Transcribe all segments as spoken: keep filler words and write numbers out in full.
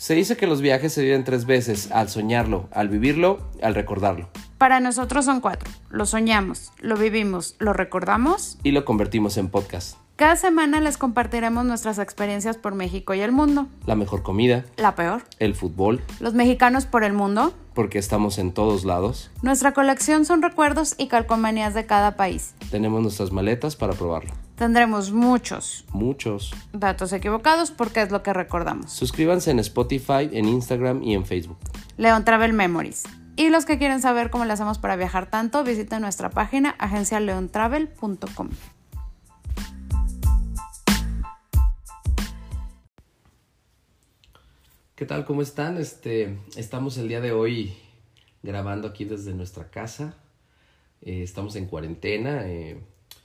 Se dice que los viajes se viven tres veces, al soñarlo, al vivirlo, al recordarlo. Para nosotros son cuatro. Lo soñamos, lo vivimos, lo recordamos y lo convertimos en podcast. Cada semana les compartiremos nuestras experiencias por México y el mundo. La mejor comida. La peor. El fútbol. Los mexicanos por el mundo. Porque estamos en todos lados. Nuestra colección son recuerdos y calcomanías de cada país. Tenemos nuestras maletas para probarlo. Tendremos muchos. Muchos. Datos equivocados porque es lo que recordamos. Suscríbanse en Spotify, en Instagram y en Facebook. Leon Travel Memories. Y los que quieren saber cómo le hacemos para viajar tanto, visiten nuestra página agencia leon travel punto com. ¿Qué tal? ¿Cómo están? Este, estamos el día de hoy grabando aquí desde nuestra casa. Eh, estamos en cuarentena. Eh,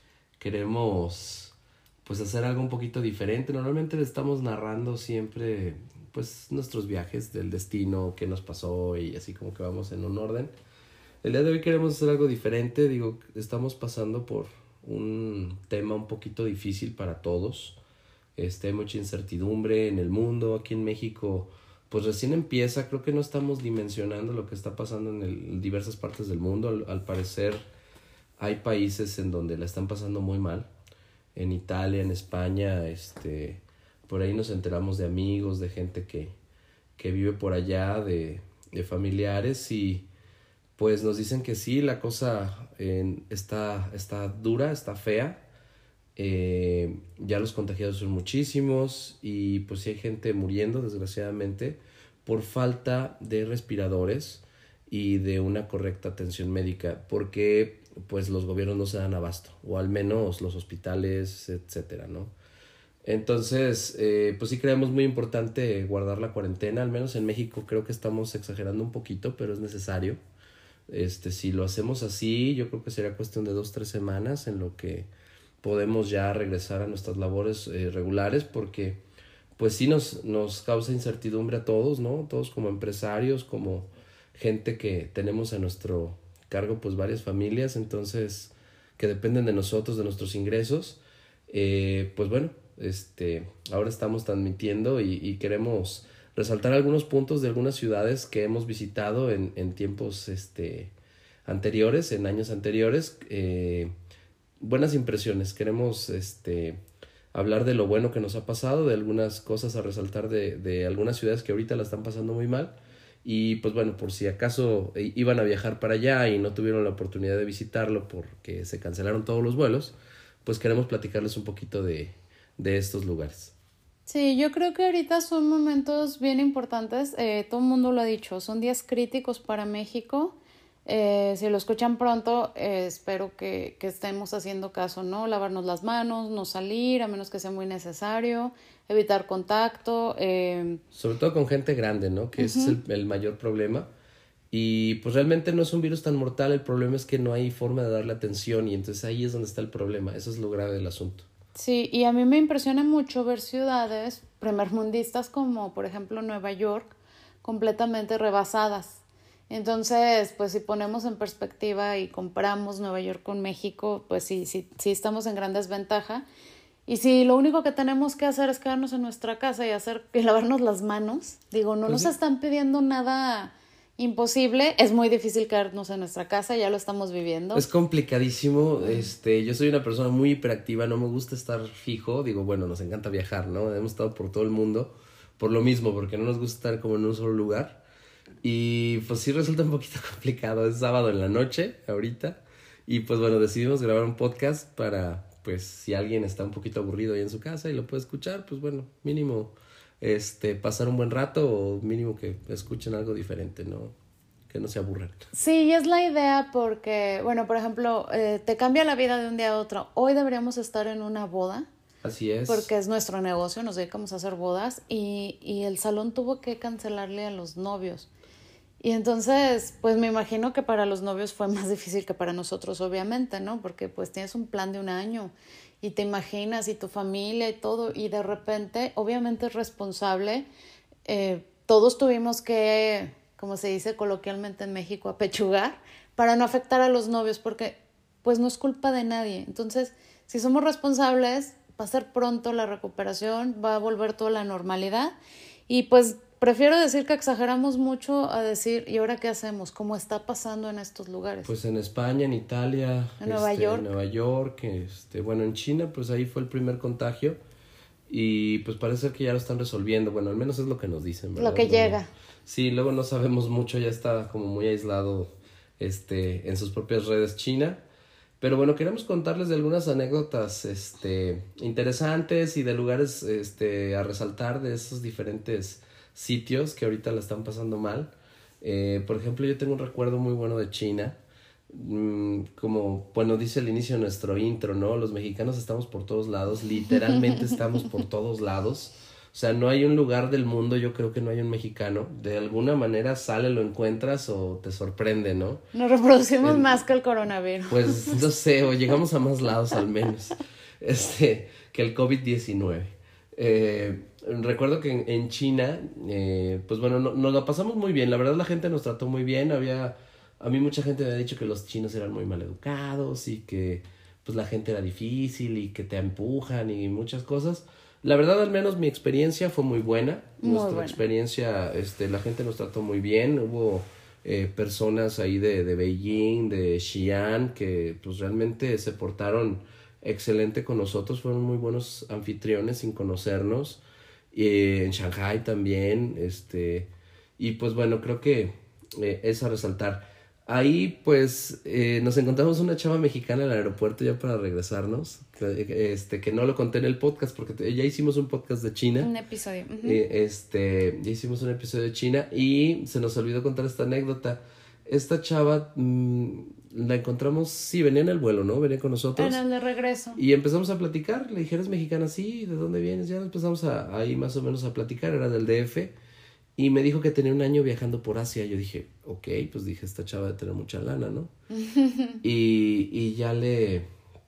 queremos pues hacer algo un poquito diferente. Normalmente le estamos narrando siempre pues nuestros viajes del destino, qué nos pasó y así como que vamos en un orden. El día de hoy queremos hacer algo diferente. Digo, estamos pasando por un tema un poquito difícil para todos. Este, hay mucha incertidumbre en el mundo. Aquí en México pues recién empieza. Creo que no estamos dimensionando lo que está pasando en, el, en diversas partes del mundo. Al, al parecer hay países en donde la están pasando muy mal. En Italia, en España, este, por ahí nos enteramos de amigos, de gente que, que vive por allá, de, de familiares, y pues nos dicen que sí, la cosa eh, está, está dura, está fea. Eh, ya los contagiados son muchísimos y pues sí hay gente muriendo desgraciadamente por falta de respiradores y de una correcta atención médica, porque pues los gobiernos no se dan abasto, o al menos los hospitales, etcétera, ¿no? Entonces eh, pues sí creemos muy importante guardar la cuarentena. Al menos en México creo que estamos exagerando un poquito, pero es necesario. Este, si lo hacemos así, yo creo que sería cuestión de dos, tres semanas en lo que podemos ya regresar a nuestras labores eh, regulares, porque pues sí nos, nos causa incertidumbre a todos, ¿no? Todos como empresarios, como gente que tenemos a nuestro cargo pues varias familias, entonces que dependen de nosotros, de nuestros ingresos. Eh, pues bueno, este, ahora estamos transmitiendo y, y queremos resaltar algunos puntos de algunas ciudades que hemos visitado en, en tiempos este, anteriores, en años anteriores. Eh, buenas impresiones. Queremos este, hablar de lo bueno que nos ha pasado, de algunas cosas a resaltar de, de algunas ciudades que ahorita la están pasando muy mal. Y pues bueno, por si acaso iban a viajar para allá y no tuvieron la oportunidad de visitarlo porque se cancelaron todos los vuelos, pues queremos platicarles un poquito de, de estos lugares. Sí, yo creo que ahorita son momentos bien importantes. Eh, todo el mundo lo ha dicho, son días críticos para México. Eh, si lo escuchan pronto, eh, espero que, que estemos haciendo caso, ¿no? Lavarnos las manos, no salir, a menos que sea muy necesario, evitar contacto. Eh... Sobre todo con gente grande, ¿no? Que uh-huh. ese es el, el mayor problema. Y pues realmente no es un virus tan mortal, el problema es que no hay forma de darle atención y entonces ahí es donde está el problema. Eso es lo grave del asunto. Sí, y a mí me impresiona mucho ver ciudades primermundistas como, por ejemplo, Nueva York, completamente rebasadas. Entonces, pues si ponemos en perspectiva y comparamos Nueva York con México, pues sí, sí, sí estamos en gran desventaja. Y si lo único que tenemos que hacer es quedarnos en nuestra casa y hacer y lavarnos las manos, digo, no pues nos sí. están pidiendo nada imposible. Es muy difícil quedarnos en nuestra casa, ya lo estamos viviendo. Es complicadísimo. Este, yo soy una persona muy hiperactiva, no me gusta estar fijo. Digo, bueno, nos encanta viajar, ¿no? Hemos estado por todo el mundo por lo mismo, porque no nos gusta estar como en un solo lugar. Y pues sí resulta un poquito complicado. Es sábado en la noche ahorita y pues bueno, decidimos grabar un podcast para pues si alguien está un poquito aburrido ahí en su casa y lo puede escuchar, pues bueno, mínimo este pasar un buen rato o mínimo que escuchen algo diferente, no que no se aburran. Sí, es la idea porque, bueno, por ejemplo, eh, te cambia la vida de un día a otro. Hoy deberíamos estar en una boda. Así es. Porque es nuestro negocio, nos dedicamos a hacer bodas y, y el salón tuvo que cancelarle a los novios. Y entonces, pues me imagino que para los novios fue más difícil que para nosotros, obviamente, ¿no? Porque pues tienes un plan de un año y te imaginas y tu familia y todo y de repente, obviamente es responsable. Eh, todos tuvimos que, como se dice coloquialmente en México, apechugar para no afectar a los novios porque pues no es culpa de nadie. Entonces, si somos responsables, va a ser pronto la recuperación, va a volver toda la normalidad y pues prefiero decir que exageramos mucho a decir, ¿y ahora qué hacemos? ¿Cómo está pasando en estos lugares? Pues en España, en Italia, en Nueva este, York. En Nueva York, este, bueno, en China, pues ahí fue el primer contagio. Y pues parece ser que ya lo están resolviendo. Bueno, al menos es lo que nos dicen, ¿verdad? Lo que no, llega. Sí, luego no sabemos mucho, ya está como muy aislado este, en sus propias redes China. Pero bueno, queremos contarles de algunas anécdotas este, interesantes y de lugares este, a resaltar de esos diferentes sitios que ahorita la están pasando mal. Eh, por ejemplo, yo tengo un recuerdo muy bueno de China. Mm, como, bueno, dice el inicio de nuestro intro, ¿no? Los mexicanos estamos por todos lados, literalmente estamos por todos lados. O sea, no hay un lugar del mundo, yo creo que no hay un mexicano. De alguna manera sale, lo encuentras o te sorprende, ¿no? Nos reproducimos El, más que el coronavirus. Pues, no sé, o llegamos a más lados al menos, este, que el covid diecinueve. Eh, recuerdo que en, en China, eh, pues bueno, no, nos la pasamos muy bien. La verdad la gente nos trató muy bien, había... A mí mucha gente me ha dicho que los chinos eran muy mal educados y que pues la gente era difícil y que te empujan y muchas cosas. La verdad, al menos mi experiencia fue muy buena. Muy Nuestra buena. experiencia, este, la gente nos trató muy bien. Hubo eh, personas ahí de, de Beijing, de Xi'an, que pues realmente se portaron excelente con nosotros. Fueron muy buenos anfitriones sin conocernos. Eh, en Shanghai también, este, y pues bueno, creo que eh, es a resaltar. Ahí pues eh, nos encontramos una chava mexicana en el aeropuerto ya para regresarnos, que, este, que no lo conté en el podcast porque ya hicimos un podcast de China. Un episodio. Uh-huh. Eh, este, ya hicimos un episodio de China y se nos olvidó contar esta anécdota. Esta chava mmm, la encontramos, sí, venía en el vuelo, ¿no? Venía con nosotros. En el de regreso. Y empezamos a platicar, le dije, ¿eres mexicana? Sí, ¿de dónde vienes? Ya empezamos a, ahí más o menos a platicar, era del D F. Y me dijo que tenía un año viajando por Asia. Yo dije, ok, pues dije, esta chava debe tener mucha lana, ¿no? y, y ya le,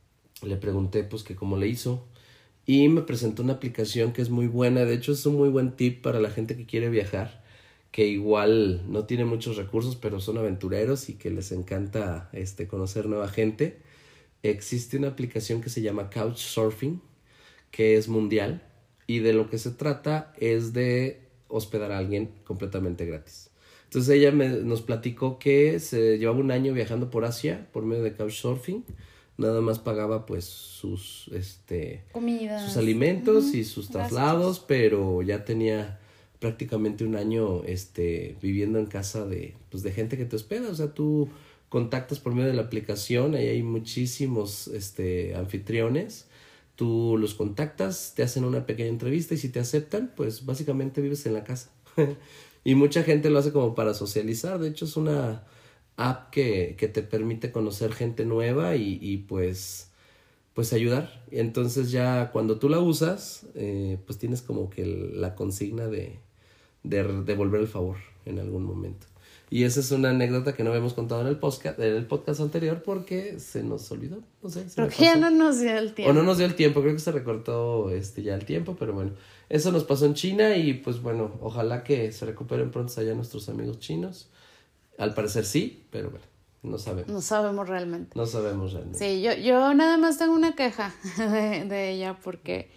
le pregunté, pues, que cómo le hizo. Y me presentó una aplicación que es muy buena. De hecho, es un muy buen tip para la gente que quiere viajar. Que igual no tiene muchos recursos, pero son aventureros y que les encanta este, conocer nueva gente. Existe una aplicación que se llama Couchsurfing, que es mundial. Y de lo que se trata es de hospedar a alguien completamente gratis. Entonces ella me, nos platicó que se llevaba un año viajando por Asia por medio de Couchsurfing. Nada más pagaba pues sus este comidas, sus alimentos uh-huh. y sus traslados, gastos. Pero ya tenía prácticamente un año este viviendo en casa de pues de gente que te hospeda. O sea, tú contactas por medio de la aplicación, ahí hay muchísimos este anfitriones. Tú los contactas, te hacen una pequeña entrevista y si te aceptan, pues básicamente vives en la casa. Y mucha gente lo hace como para socializar. De hecho, es una app que, que te permite conocer gente nueva y, y pues, pues ayudar. Entonces ya cuando tú la usas, eh, pues tienes como que el, la consigna de, de devolver el favor en algún momento. Y esa es una anécdota que no habíamos contado en el podcast, en el podcast anterior porque se nos olvidó, no sé. Creo que ya no nos dio el tiempo. O no nos dio el tiempo, creo que se recortó este ya el tiempo, pero bueno, eso nos pasó en China y pues bueno, ojalá que se recuperen pronto allá nuestros amigos chinos. Al parecer sí, pero bueno, no sabemos. No sabemos realmente. No sabemos realmente. Sí, yo, yo nada más tengo una queja de, de ella porque...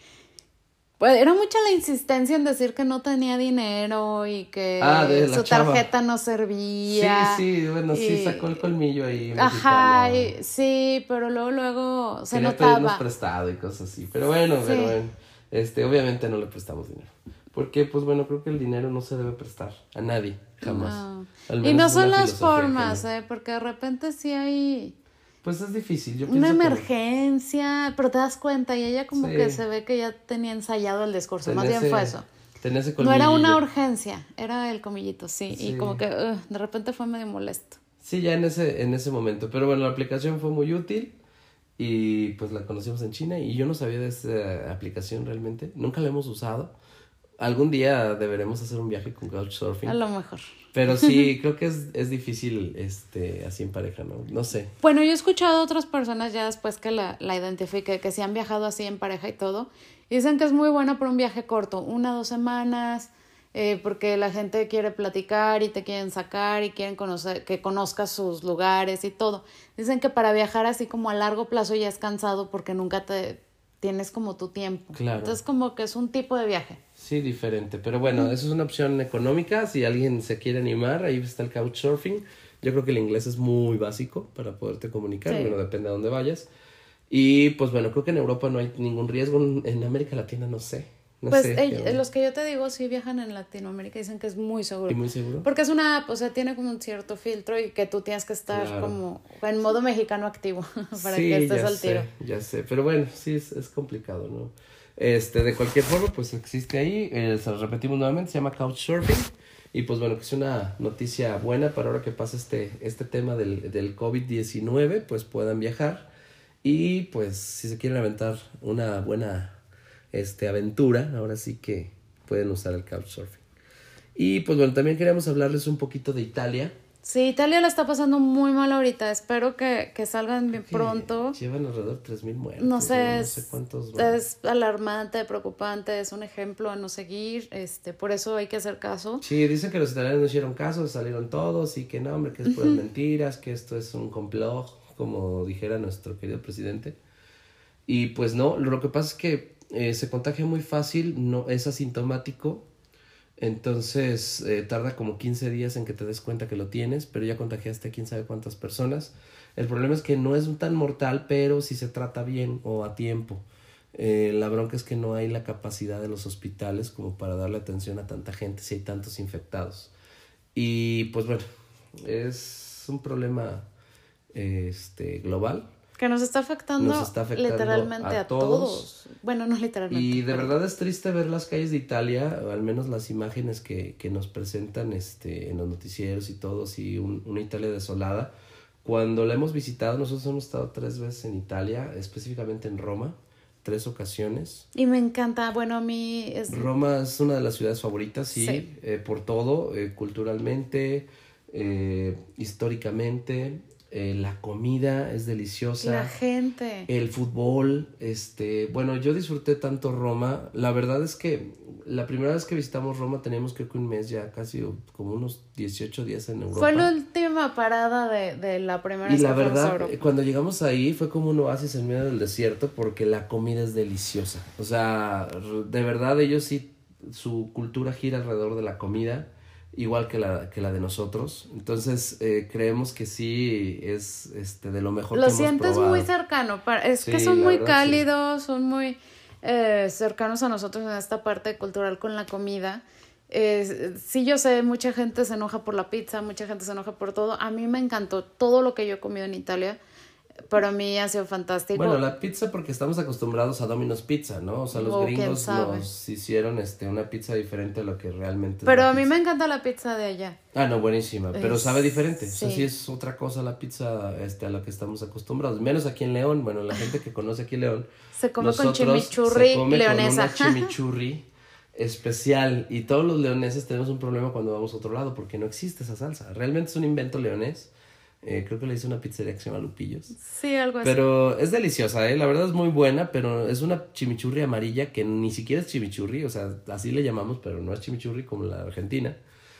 Pues era mucha la insistencia en decir que no tenía dinero y que ah, de la su chava. tarjeta no servía. Sí, sí, bueno, y... sí sacó el colmillo ahí. Ajá, mexicano. y, sí, pero luego, luego se Quería notaba. pedirnos prestado y cosas así, pero bueno, Sí. pero bueno, este, obviamente no le prestamos dinero. Porque, pues bueno, creo que el dinero no se debe prestar a nadie, jamás. No. Al menos Y no es son una las filosofía formas, que no. eh, porque de repente sí hay... Pues es difícil, yo una pienso que- emergencia, pero te das cuenta y ella como Sí. que se ve que ya tenía ensayado el discurso, Tenía más bien ese- fue eso. tenía ese No era una colmillillo. urgencia, era el comillito, sí, Sí. y como que uh, de repente fue medio molesto. Sí, ya en ese, en ese momento. Pero bueno, la aplicación fue muy útil y pues la conocimos en China y yo no sabía de esa aplicación realmente. Nunca la hemos usado. Algún día deberemos hacer un viaje con Couchsurfing. A lo mejor. Pero sí, creo que es, es difícil este así en pareja, ¿no? No sé. Bueno, yo he escuchado a otras personas ya después que la, la identifique, que sí han viajado así en pareja y todo, y dicen que es muy buena para un viaje corto, una, dos semanas, eh, porque la gente quiere platicar y te quieren sacar y quieren conocer, que conozcas sus lugares y todo. Dicen que para viajar así como a largo plazo ya es cansado porque nunca te tienes como tu tiempo. Claro. Entonces como que es un tipo de viaje. Sí, diferente. Pero bueno, eso es una opción económica. Si alguien se quiere animar, ahí está el couchsurfing. Yo creo que el inglés es muy básico para poderte comunicar. Sí. Bueno, depende de dónde vayas. Y pues bueno, creo que en Europa no hay ningún riesgo. En América Latina no sé. No pues sé, ell- los que yo te digo sí viajan en Latinoamérica, dicen que es muy seguro. ¿Y muy seguro? Porque es una app, o sea, tiene como un cierto filtro y que tú tienes que estar claro. como en modo mexicano activo para sí, que estés ya al tiro. Sé, ya sé, pero bueno, sí es, es complicado, ¿no? Este, de cualquier forma, pues existe ahí, eh, se lo repetimos nuevamente, se llama Couchsurfing. Y pues bueno, que es una noticia buena para ahora que pasa este, este tema del, del covid diecinueve, pues puedan viajar. Y pues si se quieren aventar una buena este, aventura, ahora sí que pueden usar el Couchsurfing. Y pues bueno, también queríamos hablarles un poquito de Italia. Sí, Italia la está pasando muy mal ahorita. Espero que, que salgan bien pronto. Llevan alrededor de tres mil muertos. No sé, no, no es, sé cuántos van. Es alarmante, preocupante, es un ejemplo a no seguir. Este, por eso hay que hacer caso. Sí, dicen que los italianos no hicieron caso, salieron todos y que no, hombre, que es puras uh-huh. mentiras, que esto es un complot, como dijera nuestro querido presidente. Y pues no, lo que pasa es que eh, se contagia muy fácil, no es asintomático. Entonces eh, tarda como quince días en que te des cuenta que lo tienes, pero ya contagiaste a quién sabe cuántas personas. El problema es que no es tan mortal, pero si se trata bien o a tiempo. Eh, la bronca es que no hay la capacidad de los hospitales como para darle atención a tanta gente si hay tantos infectados. Y pues bueno, es un problema este, global. Que nos está afectando, nos está afectando literalmente a, a todos. todos. Bueno, no literalmente. Y de pero... verdad es triste ver las calles de Italia, o al menos las imágenes que, que nos presentan este, en los noticieros y todo, y un, una Italia desolada. Cuando la hemos visitado, nosotros hemos estado tres veces en Italia, específicamente en Roma, tres ocasiones. Y me encanta, bueno, a mí... Es... Roma es una de las ciudades favoritas, sí, sí. Eh, por todo, eh, culturalmente, eh, históricamente... Eh, la comida es deliciosa. La gente. El fútbol, este, bueno, yo disfruté tanto Roma. La verdad es que la primera vez que visitamos Roma teníamos creo que un mes ya, casi como unos dieciocho días en Europa. Fue la última parada de, de la primera vez que fuimos a Europa. Y la verdad, cuando llegamos ahí fue como un oasis en medio del desierto porque la comida es deliciosa. O sea, de verdad ellos sí, su cultura gira alrededor de la comida. Igual que la que la de nosotros. Entonces, eh, creemos que sí es este de lo mejor lo que hemos probado. Lo sientes muy cercano. Es sí, que son muy cálidos, sí. son muy eh, cercanos a nosotros en esta parte cultural con la comida. Eh, sí, yo sé, mucha gente se enoja por la pizza, mucha gente se enoja por todo. A mí me encantó todo lo que yo he comido en Italia. Para mí ha sido fantástico. Bueno, la pizza porque estamos acostumbrados a Domino's Pizza, ¿no? O sea, los oh, gringos nos hicieron este una pizza diferente a lo que realmente Pero es a mí pizza. me encanta la pizza de allá. Ah, no, buenísima, pero es... sabe diferente. Sí. O sea, sí es otra cosa la pizza este, a la que estamos acostumbrados. Menos aquí en León. Bueno, la gente que conoce aquí León. Se come con chimichurri se come leonesa. Con una chimichurri especial. Y todos los leoneses tenemos un problema cuando vamos a otro lado porque no existe esa salsa. Realmente es un invento leonés. Eh, creo que le hice una pizzería que se llama Lupillos. Sí, algo así. Pero es deliciosa, ¿eh? La verdad es muy buena, pero es una chimichurri amarilla que ni siquiera es chimichurri, o sea, así le llamamos, pero no es chimichurri como la argentina.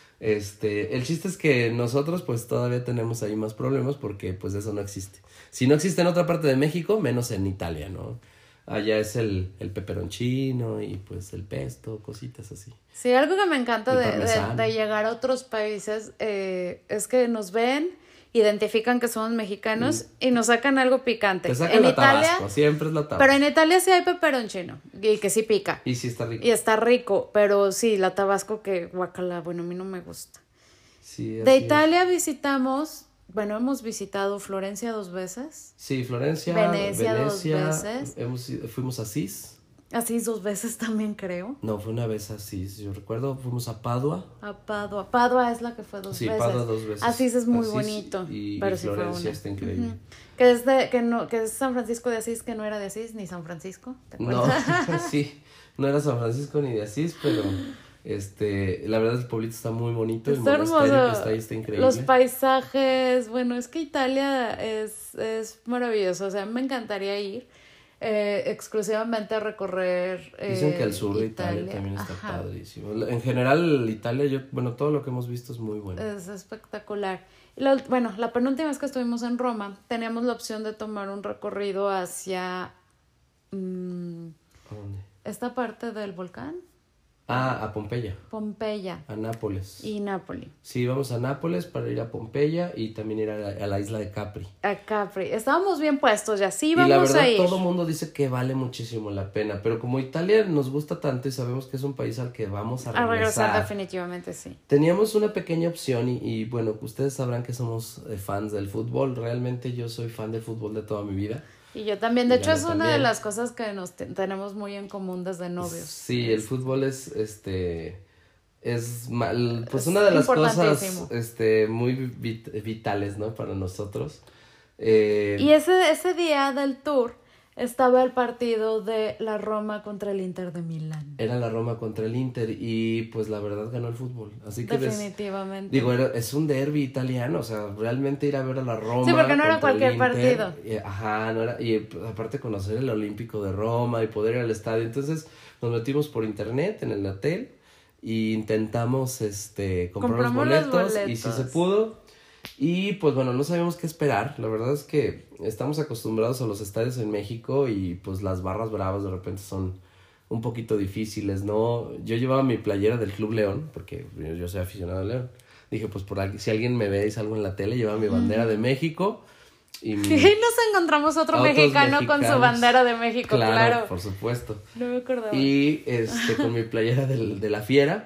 Este, el chiste es que nosotros pues todavía tenemos ahí más problemas porque pues eso no existe. Si no existe en otra parte de México, menos en Italia, ¿no? Allá es el, el peperoncino y pues el pesto, cositas así. Sí, algo que me encanta de, de, de llegar a otros países eh, es que nos ven, identifican que somos mexicanos mm. y nos sacan algo picante. Te sacan en la Italia, Tabasco, siempre es la Tabasco. Pero en Italia sí hay peperoncino y que sí pica. Y sí está rico. Y está rico, pero sí, la Tabasco que guacala, bueno, a mí no me gusta. Sí, de Italia es. visitamos, bueno, hemos visitado Florencia dos veces. Sí, Florencia, Venecia, Venecia dos veces. Hemos, fuimos a Asís. Asís dos veces también, creo. No, fue una vez Asís, yo recuerdo, fuimos a Padua. A Padua. Padua es la que fue dos sí, veces. Sí, Padua dos veces. Asís es muy Asís bonito. Y, pero y sí Florencia fue una. está increíble. Uh-huh. Que, es de, que, no, que es San Francisco de Asís, que no era de Asís, ni San Francisco, ¿te acuerdas? No, sí, no era San Francisco ni de Asís, pero este, la verdad el pueblito está muy bonito. Está el hermoso. Que está ahí está increíble. Los paisajes, bueno, es que Italia es, es maravilloso, o sea, me encantaría ir. Eh, exclusivamente a recorrer eh, Dicen que el sur de Italia, Italia también está Ajá. padrísimo. En general Italia, yo bueno, todo lo que hemos visto es muy bueno. Es espectacular. La, bueno, la penúltima vez que estuvimos en Roma teníamos la opción de tomar un recorrido hacia mmm, ¿A dónde? esta parte del volcán. Ah, a Pompeya. Pompeya. A Nápoles. Y Nápoli. Sí, vamos a Nápoles para ir a Pompeya y también ir a la, a la isla de Capri. A Capri. Estábamos bien puestos y así Y vamos la verdad, a ir. todo el mundo dice que vale muchísimo la pena, pero como Italia nos gusta tanto y sabemos que es un país al que vamos a regresar. A regresar definitivamente, sí. Teníamos una pequeña opción y, y bueno, ustedes sabrán que somos eh, fans del fútbol. Realmente yo soy fan del fútbol de toda mi vida. Y yo también, de Y hecho Galo es una también. de las cosas que nos te- tenemos muy en común desde novios. Sí, el Es- fútbol es, este, es mal, pues Es una de las cosas, importantísimo. este, muy vit- vitales, ¿no? Para nosotros. Eh, Y ese, ese día del tour estaba el partido de la Roma contra el Inter de Milán. Era la Roma contra el Inter y pues la verdad ganó el fútbol. Así que des- Definitivamente. digo, era- es un derbi italiano, o sea, realmente ir a ver a la Roma. Sí, porque no era contra el cualquier Inter, partido. y- ajá, no era, y pues, aparte conocer el Olímpico de Roma y poder ir al estadio. Entonces nos metimos por internet en el hotel y intentamos este comprar los Compramos los boletos, y sí boletos. se pudo. Y pues bueno, no sabíamos qué esperar. La verdad es que estamos acostumbrados a los estadios en México y pues las barras bravas de repente son un poquito difíciles, ¿no? Yo llevaba mi playera del Club León, porque yo, yo soy aficionado al León. Dije, pues por aquí, si alguien me ve y salgo en la tele, llevaba mi bandera de México y mi... Y ahí nos encontramos otro Otros mexicano con su mexicanos. bandera de México, Claro, claro. por supuesto. No me acordaba. Y este con mi playera del, de la Fiera.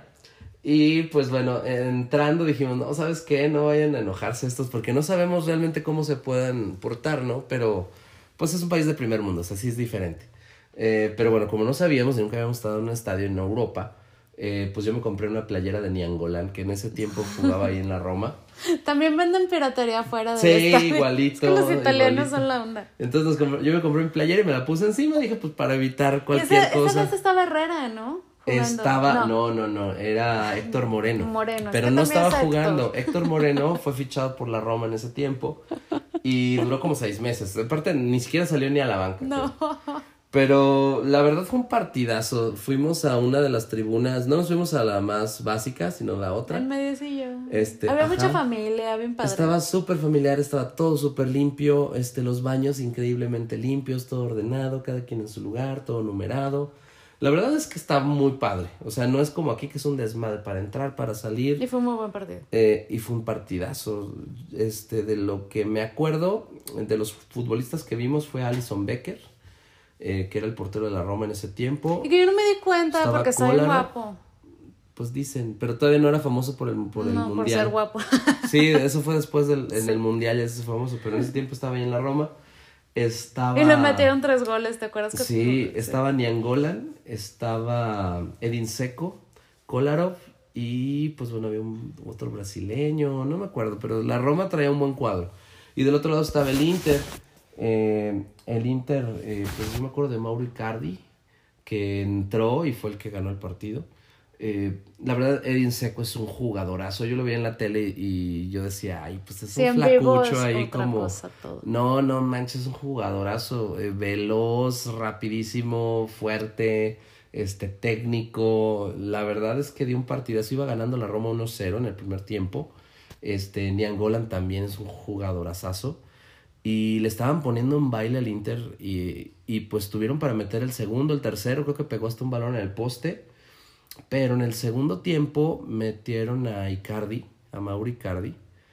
Y pues bueno, entrando dijimos, no, ¿sabes qué? No vayan a enojarse estos porque no sabemos realmente cómo se puedan portar, ¿no? Pero pues es un país de primer mundo, o sea, sí es diferente. Eh, pero bueno, como no sabíamos y nunca habíamos estado en un estadio en Europa, eh, pues yo me compré una playera de Niangolán, que en ese tiempo jugaba ahí en la Roma. También venden piratería fuera de Sí, igualito, Es que los italianos igualito. son la onda. Entonces nos compré- yo me compré mi playera y me la puse encima, dije, pues para evitar Y cualquier esa, cosa. esa vez estaba Herrera, ¿no? Jugando. Estaba, no. no, no, era Héctor Moreno. Moreno, Pero es que no también estaba es Héctor. jugando. Héctor Moreno fue fichado por la Roma en ese tiempo y duró como seis meses. Aparte, ni siquiera salió ni a la banca. No. Pero la verdad fue un partidazo. Fuimos a una de las tribunas, no nos fuimos a la más básica, sino la otra. En medio sí yo. Este, Había ajá. mucha familia, bien padre. Estaba súper familiar, estaba todo súper limpio, este, los baños increíblemente limpios, todo ordenado, cada quien en su lugar, todo numerado. La verdad es que está muy padre, o sea, no es como aquí que es un desmadre para entrar, para salir. Y fue un muy buen partido. Eh, y fue un partidazo, este, de lo que me acuerdo, de los futbolistas que vimos fue Alisson Becker, eh, que era el portero de la Roma en ese tiempo. Y que yo no me di cuenta Estaba porque está bien Kolarov. guapo. Pues dicen, pero todavía no era famoso por el, por el no, mundial. por ser guapo. Sí, eso fue después del en el mundial, ya es famoso, pero en ese tiempo estaba ahí en la Roma. Estaba... Y le metieron tres goles, ¿te acuerdas? Que Sí, estaba Niangolan, estaba Edin Dzeko, Kolarov y pues bueno, había un, otro brasileño, no me acuerdo, pero la Roma traía un buen cuadro. Y del otro lado estaba el Inter, eh, el Inter, eh, pues yo me acuerdo de Mauro Icardi, que entró y fue el que ganó el partido. Eh, la verdad, Edin Dzeko es un jugadorazo. Yo lo veía en la tele y yo decía, ay, pues es Sí, un en vivo flacucho es ahí otra como... cosa todo. No, no manches, es un jugadorazo, eh, veloz, rapidísimo, fuerte, este, técnico. La verdad es que dio un partidazo, iba ganando la Roma uno cero en el primer tiempo. Este, Niangolan también es un jugadorazazo. Y le estaban poniendo un baile al Inter y, y pues tuvieron para meter el segundo, el tercero, creo que pegó hasta un balón en el poste. Pero en el segundo tiempo metieron a Icardi, a Mauro Icardi,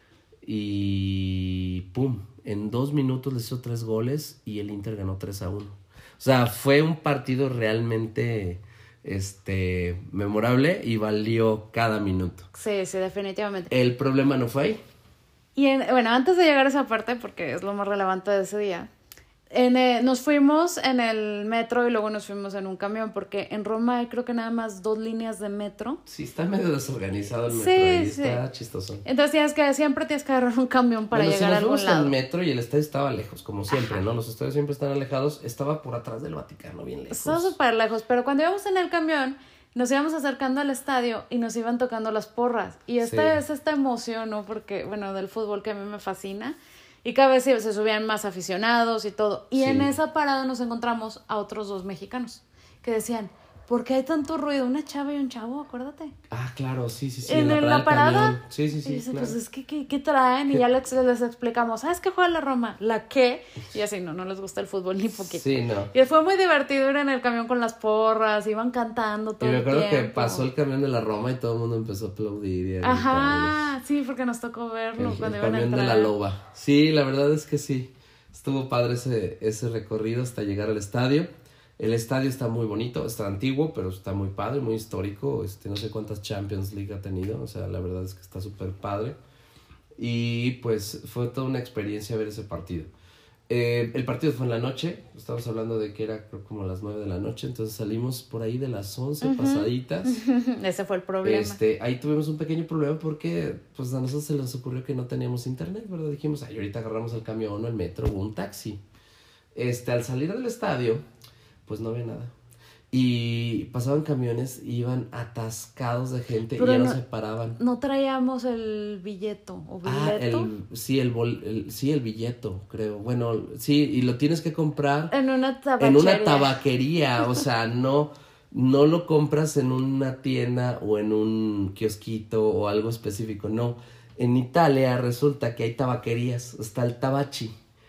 y ¡pum! En dos minutos les hizo tres goles y el Inter ganó tres a uno. O sea, fue un partido realmente este, memorable y valió cada minuto. Sí, sí, definitivamente. El problema no fue ahí. Y en- bueno, antes de llegar a esa parte, porque es lo más relevante de ese día, en, eh, nos fuimos en el metro y luego nos fuimos en un camión, porque en Roma hay creo que nada más dos líneas de metro. Sí, está medio desorganizado el Sí, metro y sí. está chistoso. Entonces tienes que, siempre tienes que agarrar un camión para Bueno, llegar si a nos algún fuimos lado. al metro y el estadio estaba lejos, como siempre, ¿no? Los estadios siempre están alejados. Estaba por atrás del Vaticano, bien lejos. Estaba súper lejos, pero cuando íbamos en el camión, nos íbamos acercando al estadio y nos iban tocando las porras. Y esta Sí. es esta emoción, ¿no? Porque, bueno, del fútbol que a mí me fascina. Y cada vez se, se subían más aficionados y todo. Y Sí. en esa parada nos encontramos a otros dos mexicanos que decían, ¿por qué hay tanto ruido? Una chava y un chavo, acuérdate. Ah, claro, sí, sí, sí. En, en la parada. Sí, sí, sí. Y dice, claro. pues es que, ¿qué, qué traen? Y ya les, les explicamos, ¿sabes qué juega la Roma? ¿La qué? Y así, no, no les gusta el fútbol ni poquito. Sí, no. Y fue muy divertido ir en el camión con las porras, iban cantando todo el tiempo. Y me acuerdo que pasó el camión de la Roma y todo el mundo empezó a aplaudir. Y a Ajá, sí, porque nos tocó verlo el, cuando el iban a camión entrar. de la loba. Sí, la verdad es que sí. Estuvo padre ese, ese recorrido hasta llegar al estadio. El estadio está muy bonito, está antiguo, pero está muy padre, muy histórico. Este, no sé cuántas Champions League ha tenido, o sea, la verdad es que está súper padre. Y pues fue toda una experiencia ver ese partido. Eh, el partido fue en la noche, estamos hablando de que era creo como las nueve de la noche, entonces salimos por ahí de las once uh-huh. pasaditas. Ese fue el problema. Este, ahí tuvimos un pequeño problema porque pues a nosotros se nos ocurrió que no teníamos internet, ¿verdad? Dijimos, ay, ahorita agarramos el camión o el metro o un taxi. Este, al salir del estadio, pues no había nada. Y pasaban camiones, iban atascados de gente. Pero y ya no, no se paraban. No traíamos el billeto o billeto. Ah, el, sí, el, bol, el sí, el billeto, creo. Bueno, sí, y lo tienes que comprar en una tabaquería. En una tabaquería, o sea, no, no lo compras en una tienda o en un kiosquito o algo específico, no. En Italia resulta que hay tabaquerías, está el tabachi.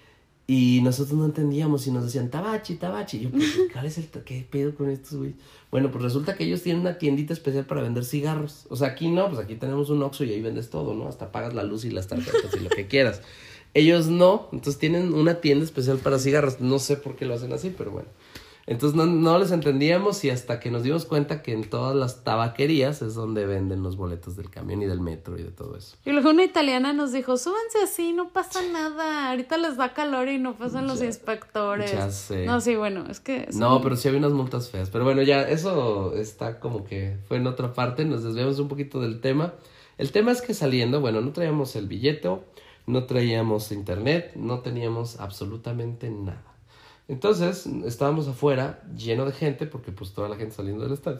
Y nosotros no entendíamos y nos decían, tabachi, tabachi. Y yo, pues, ¿cuál es el, qué pedo con estos güeyes? Bueno, pues resulta que ellos tienen una tiendita especial para vender cigarros. O sea, aquí no, pues aquí tenemos un Oxxo y ahí vendes todo, ¿no? Hasta pagas la luz y las tarjetas y lo que quieras. Ellos no, entonces tienen una tienda especial para cigarros. No sé por qué lo hacen así, pero bueno. Entonces no, no les entendíamos y hasta que nos dimos cuenta que en todas las tabaquerías es donde venden los boletos del camión y del metro y de todo eso. Y luego una italiana nos dijo, súbanse así, no pasa nada, ahorita les da calor y no pasan ya, los inspectores. Ya sé. No, sí, bueno, es que... Son... No, pero sí había unas multas feas, pero bueno, ya eso está como que fue en otra parte, nos desviamos un poquito del tema. El tema es que saliendo, bueno, no traíamos el billete, no traíamos internet, no teníamos absolutamente nada. Entonces, estábamos afuera, lleno de gente, porque pues toda la gente saliendo del estadio.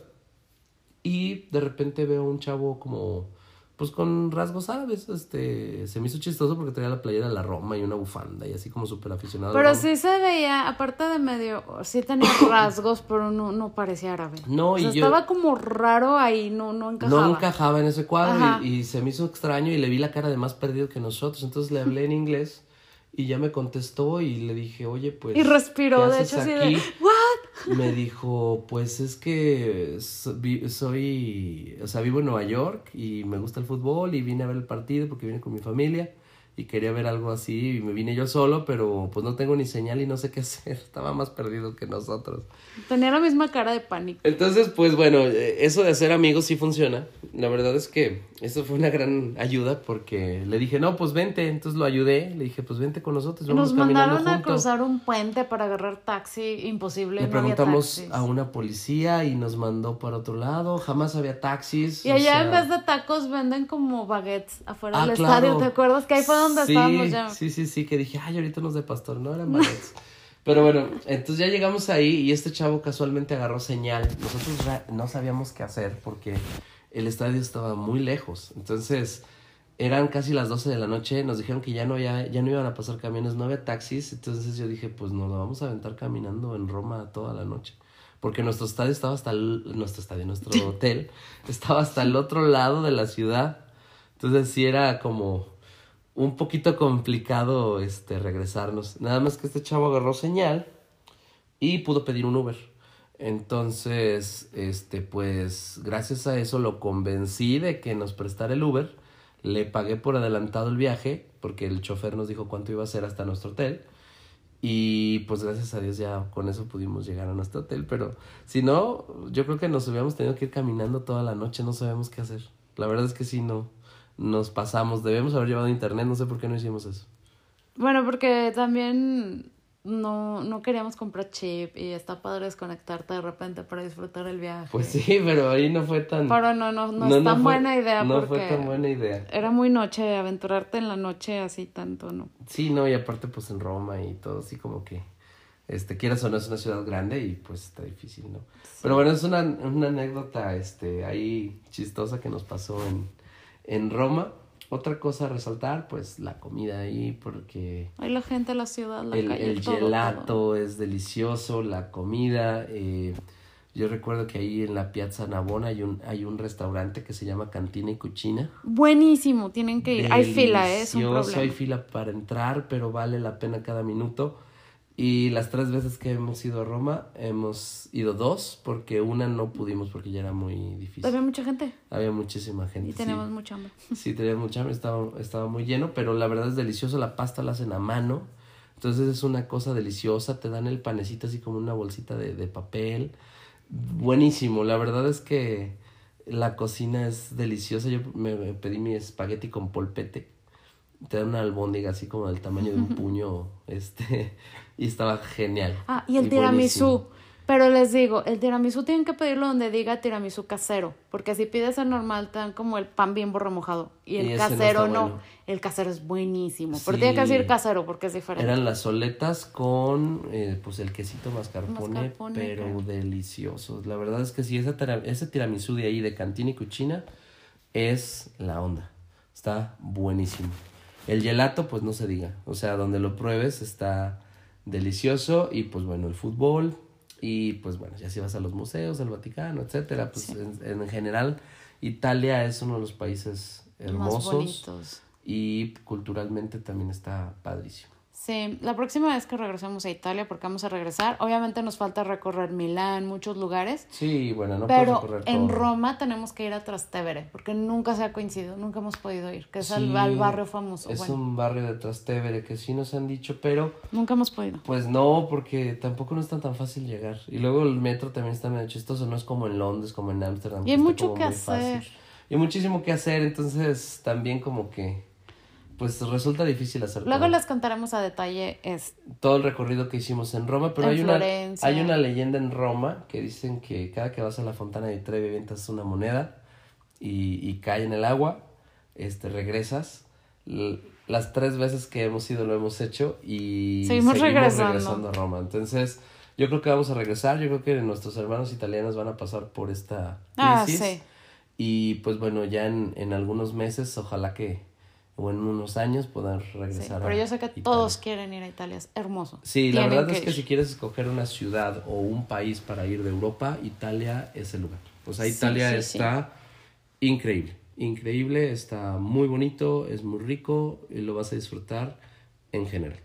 Y de repente veo un chavo como, pues con rasgos árabes, este, se me hizo chistoso porque traía la playera de la Roma y una bufanda y así como súper aficionado. Pero sí se veía, aparte de medio, sí tenía rasgos, pero no, no parecía árabe. No, o sea, y yo... estaba como raro ahí, no, no encajaba. No encajaba en ese cuadro y, y se me hizo extraño y le vi la cara de más perdido que nosotros, entonces le hablé en inglés. Y ya me contestó y le dije, oye, pues... Y respiró, de hecho, así de, ¿what? Me dijo, pues es que soy... O sea, vivo en Nueva York y me gusta el fútbol y vine a ver el partido porque vine con mi familia y quería ver algo así y me vine yo solo, pero pues no tengo ni señal y no sé qué hacer. Estaba más perdido que nosotros. Tenía la misma cara de pánico. Entonces, pues bueno, eso de hacer amigos sí funciona. La verdad es que eso fue una gran ayuda porque le dije, no, pues vente. Entonces lo ayudé. Le dije, pues vente con nosotros. Vamos Nos mandaron juntos. a cruzar un puente para agarrar taxi. Imposible, Le no preguntamos había a una policía y nos mandó para otro lado. Jamás había taxis. Y allá sea... en vez de tacos venden como baguettes afuera ah, del claro. estadio. ¿Te acuerdas? Que ahí fue donde sí, estábamos ya. Sí, sí, sí. Que dije, ay, ahorita unos de pastor. No eran baguettes. Pero bueno, entonces ya llegamos ahí y este chavo casualmente agarró señal. Nosotros no sabíamos qué hacer porque el estadio estaba muy lejos. Entonces eran casi las doce de la noche. Nos dijeron que ya no, ya, ya no iban a pasar camiones, no había taxis. Entonces yo dije, pues nos lo vamos a aventar caminando en Roma toda la noche. Porque nuestro estadio estaba hasta el, nuestro estadio, nuestro hotel estaba hasta el otro lado de la ciudad. Entonces sí era como... un poquito complicado este regresarnos. Nada más que este chavo agarró señal y pudo pedir un Uber. Entonces, este, pues, gracias a eso lo convencí de que nos prestara el Uber. Le pagué por adelantado el viaje, porque el chofer nos dijo cuánto iba a ser hasta nuestro hotel. Y pues gracias a Dios ya con eso pudimos llegar a nuestro hotel. Pero si no, yo creo que nos hubiéramos tenido que ir caminando toda la noche. No sabemos qué hacer. La verdad es que sí, no... nos pasamos, debemos haber llevado internet, no sé por qué no hicimos eso. Bueno, porque también no, no queríamos comprar chip y está padre desconectarte de repente para disfrutar el viaje. Pues sí, pero ahí no fue tan... Pero no, no, no, no es tan no fue, buena idea no porque... fue tan buena idea. Era muy noche, aventurarte en la noche así tanto, ¿no? Sí, no, y aparte pues en Roma y todo así como que... Este, quieras o no, es una ciudad grande y pues está difícil, ¿no? Sí. Pero bueno, es una, una anécdota este, ahí chistosa que nos pasó en... en Roma. Otra cosa a resaltar, pues la comida ahí, porque... Hay la gente de la ciudad, la el, calle, el todo, gelato todo. Es delicioso, la comida, eh, Yo recuerdo que ahí en la Piazza Navona hay un, hay un restaurante que se llama Cantina y Cucina. Buenísimo, tienen que ir. Hay fila, ¿eh? Es un Delicioso, problema. hay fila para entrar, pero vale la pena cada minuto. Y las tres veces que hemos ido a Roma, hemos ido dos, porque una no pudimos porque ya era muy difícil. Había mucha gente. Había muchísima gente. Y tenemos sí. mucha hambre. Sí, teníamos mucha hambre, estaba, estaba muy lleno, pero la verdad es delicioso, la pasta la hacen a mano, entonces es una cosa deliciosa, te dan el panecito así como una bolsita de, de papel, buenísimo, la verdad es que la cocina es deliciosa, yo me, me pedí mi espagueti con polpette, te dan una albóndiga así como del tamaño de un puño, este, y estaba genial. Ah, y el y tiramisú. buenísimo. Pero les digo, el tiramisú tienen que pedirlo donde diga tiramisú casero, porque si pides el normal te dan como el pan bien remojado y el Y ese no casero está no, bueno. El casero es buenísimo, pero Sí. tiene que decir casero porque es diferente. Eran las soletas con eh, pues el quesito mascarpone, Mascarpone, pero claro. deliciosos. La verdad es que sí, ese, tira- ese tiramisú de ahí de Cantina y Cucina es la onda. Está buenísimo. El gelato, pues no se diga. O sea, donde lo pruebes está delicioso. Y pues bueno, el fútbol. Y pues bueno, ya si vas a los museos, al Vaticano, etcétera. Pues Sí. en, en general, Italia es uno de los países Más hermosos. bonitos. Y culturalmente también está padrísimo. Sí, la próxima vez que regresemos a Italia, porque vamos a regresar, obviamente nos falta recorrer Milán, muchos lugares, Sí, bueno, no puedes pero recorrer en todo. Roma tenemos que ir a Trastevere, porque nunca se ha coincidido, nunca hemos podido ir, que es al, Sí, al barrio famoso. Es Bueno, un barrio de Trastevere que sí nos han dicho, pero nunca hemos podido. pues no, porque tampoco no es tan, tan fácil llegar. Y luego el metro también está medio chistoso, no es como en Londres, como en Ámsterdam. Y que hay está mucho como que muy hacer. fácil. Y hay muchísimo que hacer, entonces también como que pues resulta difícil hacer Luego todo. les contaremos a detalle es Todo el recorrido que hicimos en Roma, pero En hay una, Florencia. hay una leyenda en Roma que dicen que cada que vas a la Fontana di Trevi avientas una moneda y, y cae en el agua, este regresas. L- las tres veces que hemos ido lo hemos hecho y Seguimos regresando. regresando a Roma. Entonces, yo creo que vamos a regresar, yo creo que nuestros hermanos italianos van a pasar por esta Ah, crisis. sí. Y pues bueno, ya en, en algunos meses, ojalá que, o en unos años puedan Sí, regresar a pero yo sé que Italia. todos quieren ir a Italia, es hermoso. Sí, la Tienen verdad es que ir. si quieres escoger una ciudad o un país para ir de Europa, Italia es el lugar. O sea, Sí, Italia sí, está increíble, increíble, está muy bonito, es muy rico y lo vas a disfrutar en general.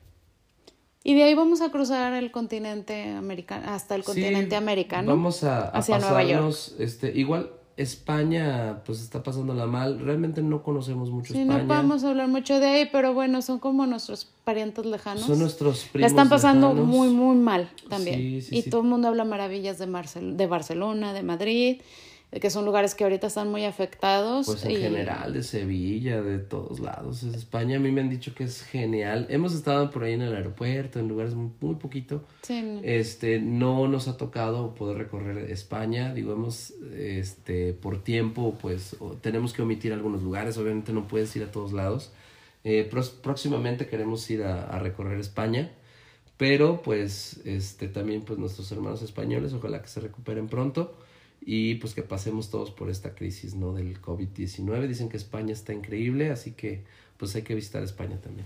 Y de ahí vamos a cruzar el continente americano, hasta el Sí, continente americano. Vamos a, a hacia Nueva York. pasarnos, este, igual España pues está pasándola mal, realmente no conocemos mucho Sí, España. no podemos hablar mucho de ahí, pero bueno, son como nuestros parientes lejanos. Son nuestros La primos están pasando lejanos. muy, muy mal también. Sí, sí, y sí. todo el mundo habla maravillas de, Marcel de Barcelona, de Madrid, de que son lugares que ahorita están muy afectados. Pues en y... general, de Sevilla, de todos lados. Es España, a mí me han dicho que es genial. Hemos estado por ahí en el aeropuerto, en lugares muy, muy poquito. Sí, no. Este, no nos ha tocado poder recorrer España. Digo, hemos, este, por tiempo, pues, o- tenemos que omitir algunos lugares. Obviamente no puedes ir a todos lados. Eh, pros- próximamente queremos ir a, a recorrer España. Pero, pues, este, también, pues, nuestros hermanos españoles, ojalá que se recuperen pronto. Y pues que pasemos todos por esta crisis, ¿no? Del COVID diecinueve. Dicen que España está increíble, así que pues hay que visitar España también.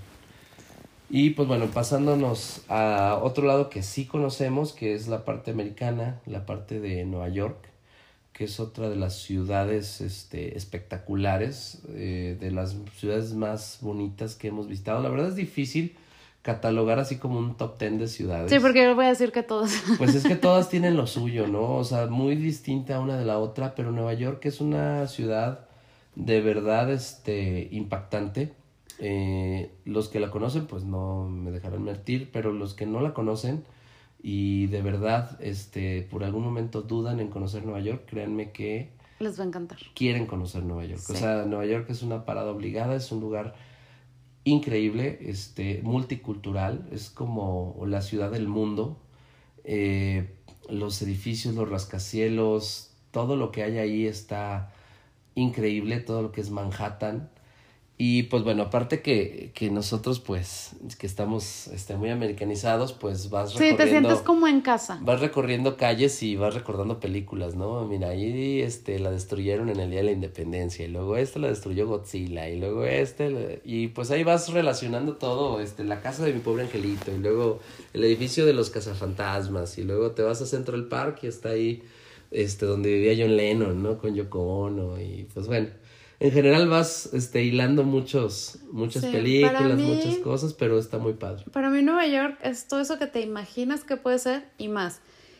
Y pues bueno, pasándonos a otro lado que sí conocemos, que es la parte americana, la parte de Nueva York, que es otra de las ciudades este, espectaculares, eh, de las ciudades más bonitas que hemos visitado. La verdad es difícil catalogar así como un top ten de ciudades. Sí, porque yo voy a decir que todos. Pues es que todas tienen lo suyo, ¿no? O sea, muy distinta una de la otra, pero Nueva York es una ciudad de verdad este, impactante. Eh, los que la conocen, pues no me dejarán mentir, pero los que no la conocen y de verdad, este, por algún momento dudan en conocer Nueva York, créanme que Les va a encantar. quieren conocer Nueva York. Sí. O sea, Nueva York es una parada obligada, es un lugar increíble, este, multicultural, es como la ciudad del mundo. Eh, los edificios, los rascacielos, todo lo que hay ahí está increíble, todo lo que es Manhattan. Y pues bueno, aparte que, que nosotros pues que estamos este, muy americanizados, pues vas Sí, recorriendo... te sientes como en casa. Vas recorriendo calles y vas recordando películas, ¿no? Mira, ahí este, la destruyeron en el Día de la Independencia y luego esta la destruyó Godzilla y luego este... la- Y pues ahí vas relacionando todo, este, la casa de mi pobre angelito y luego el edificio de los cazafantasmas y luego te vas a Central Park y está ahí este, donde vivía John Lennon, ¿no? Con Yoko Ono y pues bueno, en general vas, este, hilando muchos, muchas Sí, películas, para mí- muchas cosas, pero está muy padre. Para mí Nueva York es todo eso que te imaginas que puede ser y más.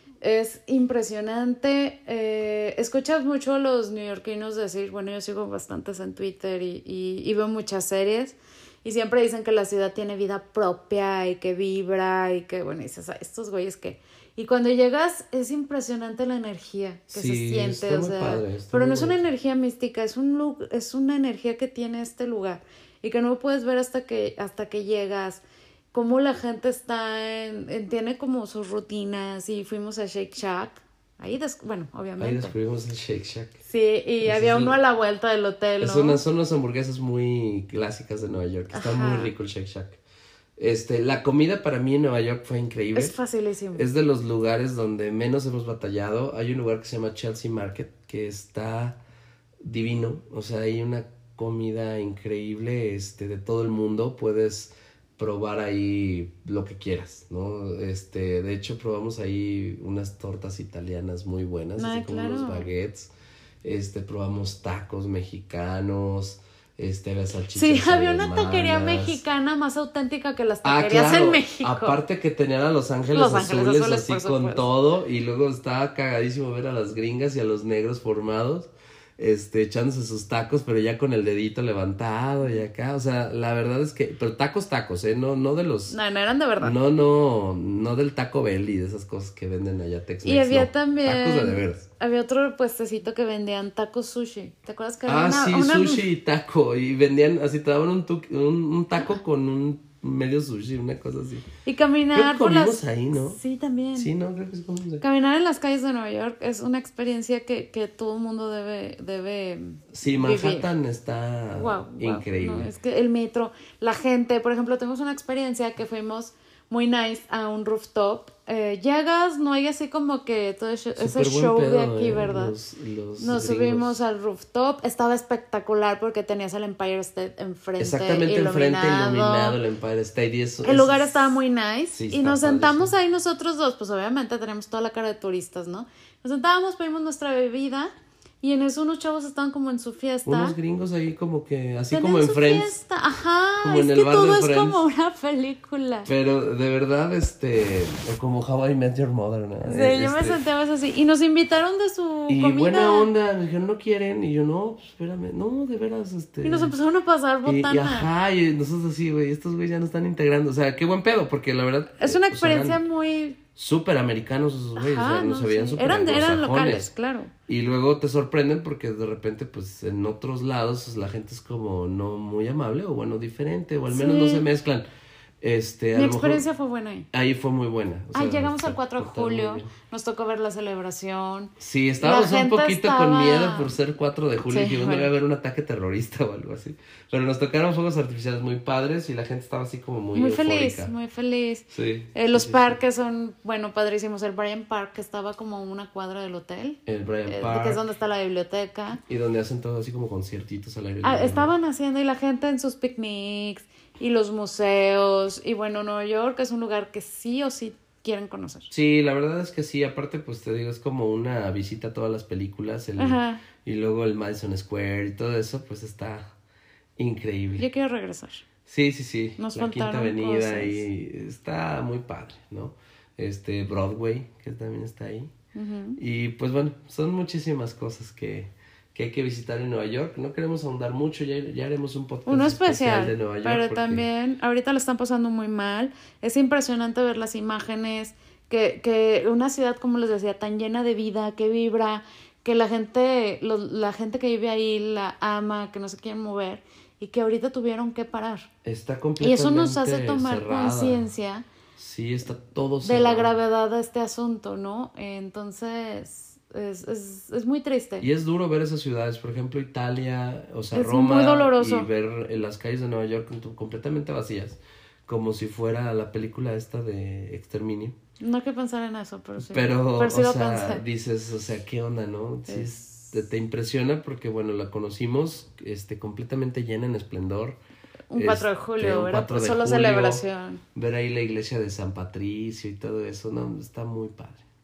Es impresionante. Eh, escuchas mucho a los neoyorquinos decir, bueno, yo sigo bastantes en Twitter y, y, y veo muchas series y siempre dicen que la ciudad tiene vida propia y que vibra y que, bueno, dices, "Ah, estos güeyes que..." Y cuando llegas es impresionante la energía que Sí, se siente, está o muy sea, padre, está pero muy no es una bonito. energía mística, es un lu- es una energía que tiene este lugar y que no puedes ver hasta que hasta que llegas. Cómo la gente está en, en- tiene como sus rutinas y fuimos a Shake Shack. Ahí, des- bueno, Ahí obviamente. descubrimos el Shake Shack. Sí, y Ese había es uno el- a la vuelta del hotel, Es ¿no? una, son unas hamburguesas muy clásicas de Nueva York. Está Ajá. muy rico el Shake Shack. Este, la comida para mí en Nueva York fue increíble. Es facilísimo. Es de los lugares donde menos hemos batallado. Hay un lugar que se llama Chelsea Market que está divino. O sea, hay una comida increíble, este, de todo el mundo. Puedes probar ahí lo que quieras, ¿no? Este, de hecho probamos ahí unas tortas italianas muy buenas, Ay, así como claro. unos baguettes. Este, probamos tacos mexicanos. Este, había salchichas Sí, había una alemanas. taquería mexicana más auténtica que las Ah, taquerías claro. en México. Aparte que tenían a Los Ángeles Los Ángeles Azules, Azules, así por con supuesto. todo. Y luego estaba cagadísimo ver a las gringas y a los negros formados, este, echándose sus tacos, pero ya con el dedito levantado y acá. O sea, la verdad es que, pero tacos, tacos, ¿eh? No, no de los... No, no eran de verdad. No, no, no del Taco Bell y de esas cosas que venden allá Tex-Mex. Y había no, también... tacos de de veras. Había otro puestecito que vendían tacos sushi. ¿Te acuerdas que había Ah, una, sí, una- sushi y taco. Y vendían, así te daban un, tu- un, un taco con un medio sushi, una cosa así. Y Creo caminar que por las... comimos ahí, ¿no? Sí, también. Sí, no, creo que sí comimos ahí. Caminar en las calles de Nueva York es una experiencia que, que todo el mundo debe, debe Sí, Manhattan está Wow, increíble. es que el metro, la gente, por ejemplo, tuvimos una experiencia que fuimos muy nice a un rooftop. Eh, llegas, no hay así como que todo ese, ese Súper buen show de pedo, aquí, eh, ¿verdad? los- los Nos gringos. subimos al rooftop, estaba espectacular porque tenías el Empire State enfrente. Exactamente enfrente, iluminado el Empire State. Y eso, El lugar es- estaba muy nice Sí, y está nos sentamos padrísimo. ahí nosotros dos, pues obviamente tenemos toda la cara de turistas, ¿no? Nos sentábamos, pedimos nuestra bebida y en eso unos chavos estaban como en su fiesta. Unos gringos ahí como que, así Tenían como en su Friends. fiesta, ajá, como es en el que bar todo de es Friends. como una película. Pero de verdad, este, como How I Met Your Mother, ¿no? Sí, Eh, yo me este, senté a veces así y nos invitaron de su Y comida buena onda, me dijeron, ¿no quieren? Y yo, no, pues, espérame, no, de veras, este... y nos empezaron a pasar Y, botana. y ajá, y nosotros así, güey, estos güeyes ya nos están integrando. O sea, qué buen pedo, porque la verdad... Es eh, una pues, experiencia eran muy... súper americanos esos güeyes, o Ajá, sea, no no, se veían sí. súper eran, eran anglosajones. locales, claro. Y luego te sorprenden porque de repente, pues, en otros lados la gente es como no muy amable o, bueno, diferente, o al menos Sí. no se mezclan. Este, a Mi lo mejor experiencia fue buena ahí. ahí fue muy buena. o Ah, sea, llegamos se al cuatro de portaron muy julio, bien. nos tocó ver la celebración. Sí, estábamos La un gente poquito estaba- con miedo por ser cuatro de julio, Sí, dijimos, no bueno. iba a haber un ataque terrorista o algo así. Pero nos tocaron fuegos artificiales muy padres y la gente estaba así como muy Muy eufórica. feliz, muy feliz. Sí. Eh, los sí, sí, parques son, bueno, padrísimos. El Bryant Park, que estaba como a una cuadra del hotel, sí. El Bryant eh, Park. que es donde está la biblioteca. Y donde hacen todo así como conciertitos al aire Ah, libre. estaban haciendo y la gente en sus picnics y los museos. Y bueno, Nueva York es un lugar que sí o sí quieren conocer. Sí, la verdad es que sí, aparte pues te digo, es como una visita a todas las películas el, Ajá. y luego el Madison Square y todo eso, pues está increíble. Yo quiero regresar. Sí, sí, sí, Nos la Quinta faltaron Avenida cosas. y está muy padre, ¿no? Este, Broadway, que también está ahí. Ujú. Y pues bueno, son muchísimas cosas que, que hay que visitar en Nueva York. No queremos ahondar mucho, ya, ya haremos un podcast Uno especial, de Nueva York. pero porque- también ahorita la están pasando muy mal. Es impresionante ver las imágenes, que, que una ciudad, como les decía, tan llena de vida, que vibra, que la gente, lo- la gente que vive ahí la ama, que no se quieren mover y que ahorita tuvieron que parar. Está Y completamente eso nos hace tomar cerrada. conciencia Sí, está todo de la cerrado. gravedad de este asunto, ¿no? Entonces, es, es, es muy triste. Y es duro ver esas ciudades, por ejemplo, Italia, o sea, Es Roma, muy doloroso. y ver en las calles de Nueva York com- completamente vacías, como si fuera la película esta de Exterminio. No hay que pensar en eso, pero sí. Pero, Pero sí o lo sea, pensé. dices, o sea, ¿qué onda, no? Sí, Es- te, te impresiona porque, bueno, la conocimos este, completamente llena en esplendor. Un cuatro de Este, julio, un era cuatro de solo julio, celebración. Ver ahí la iglesia de San Patricio y todo eso, no, está muy padre.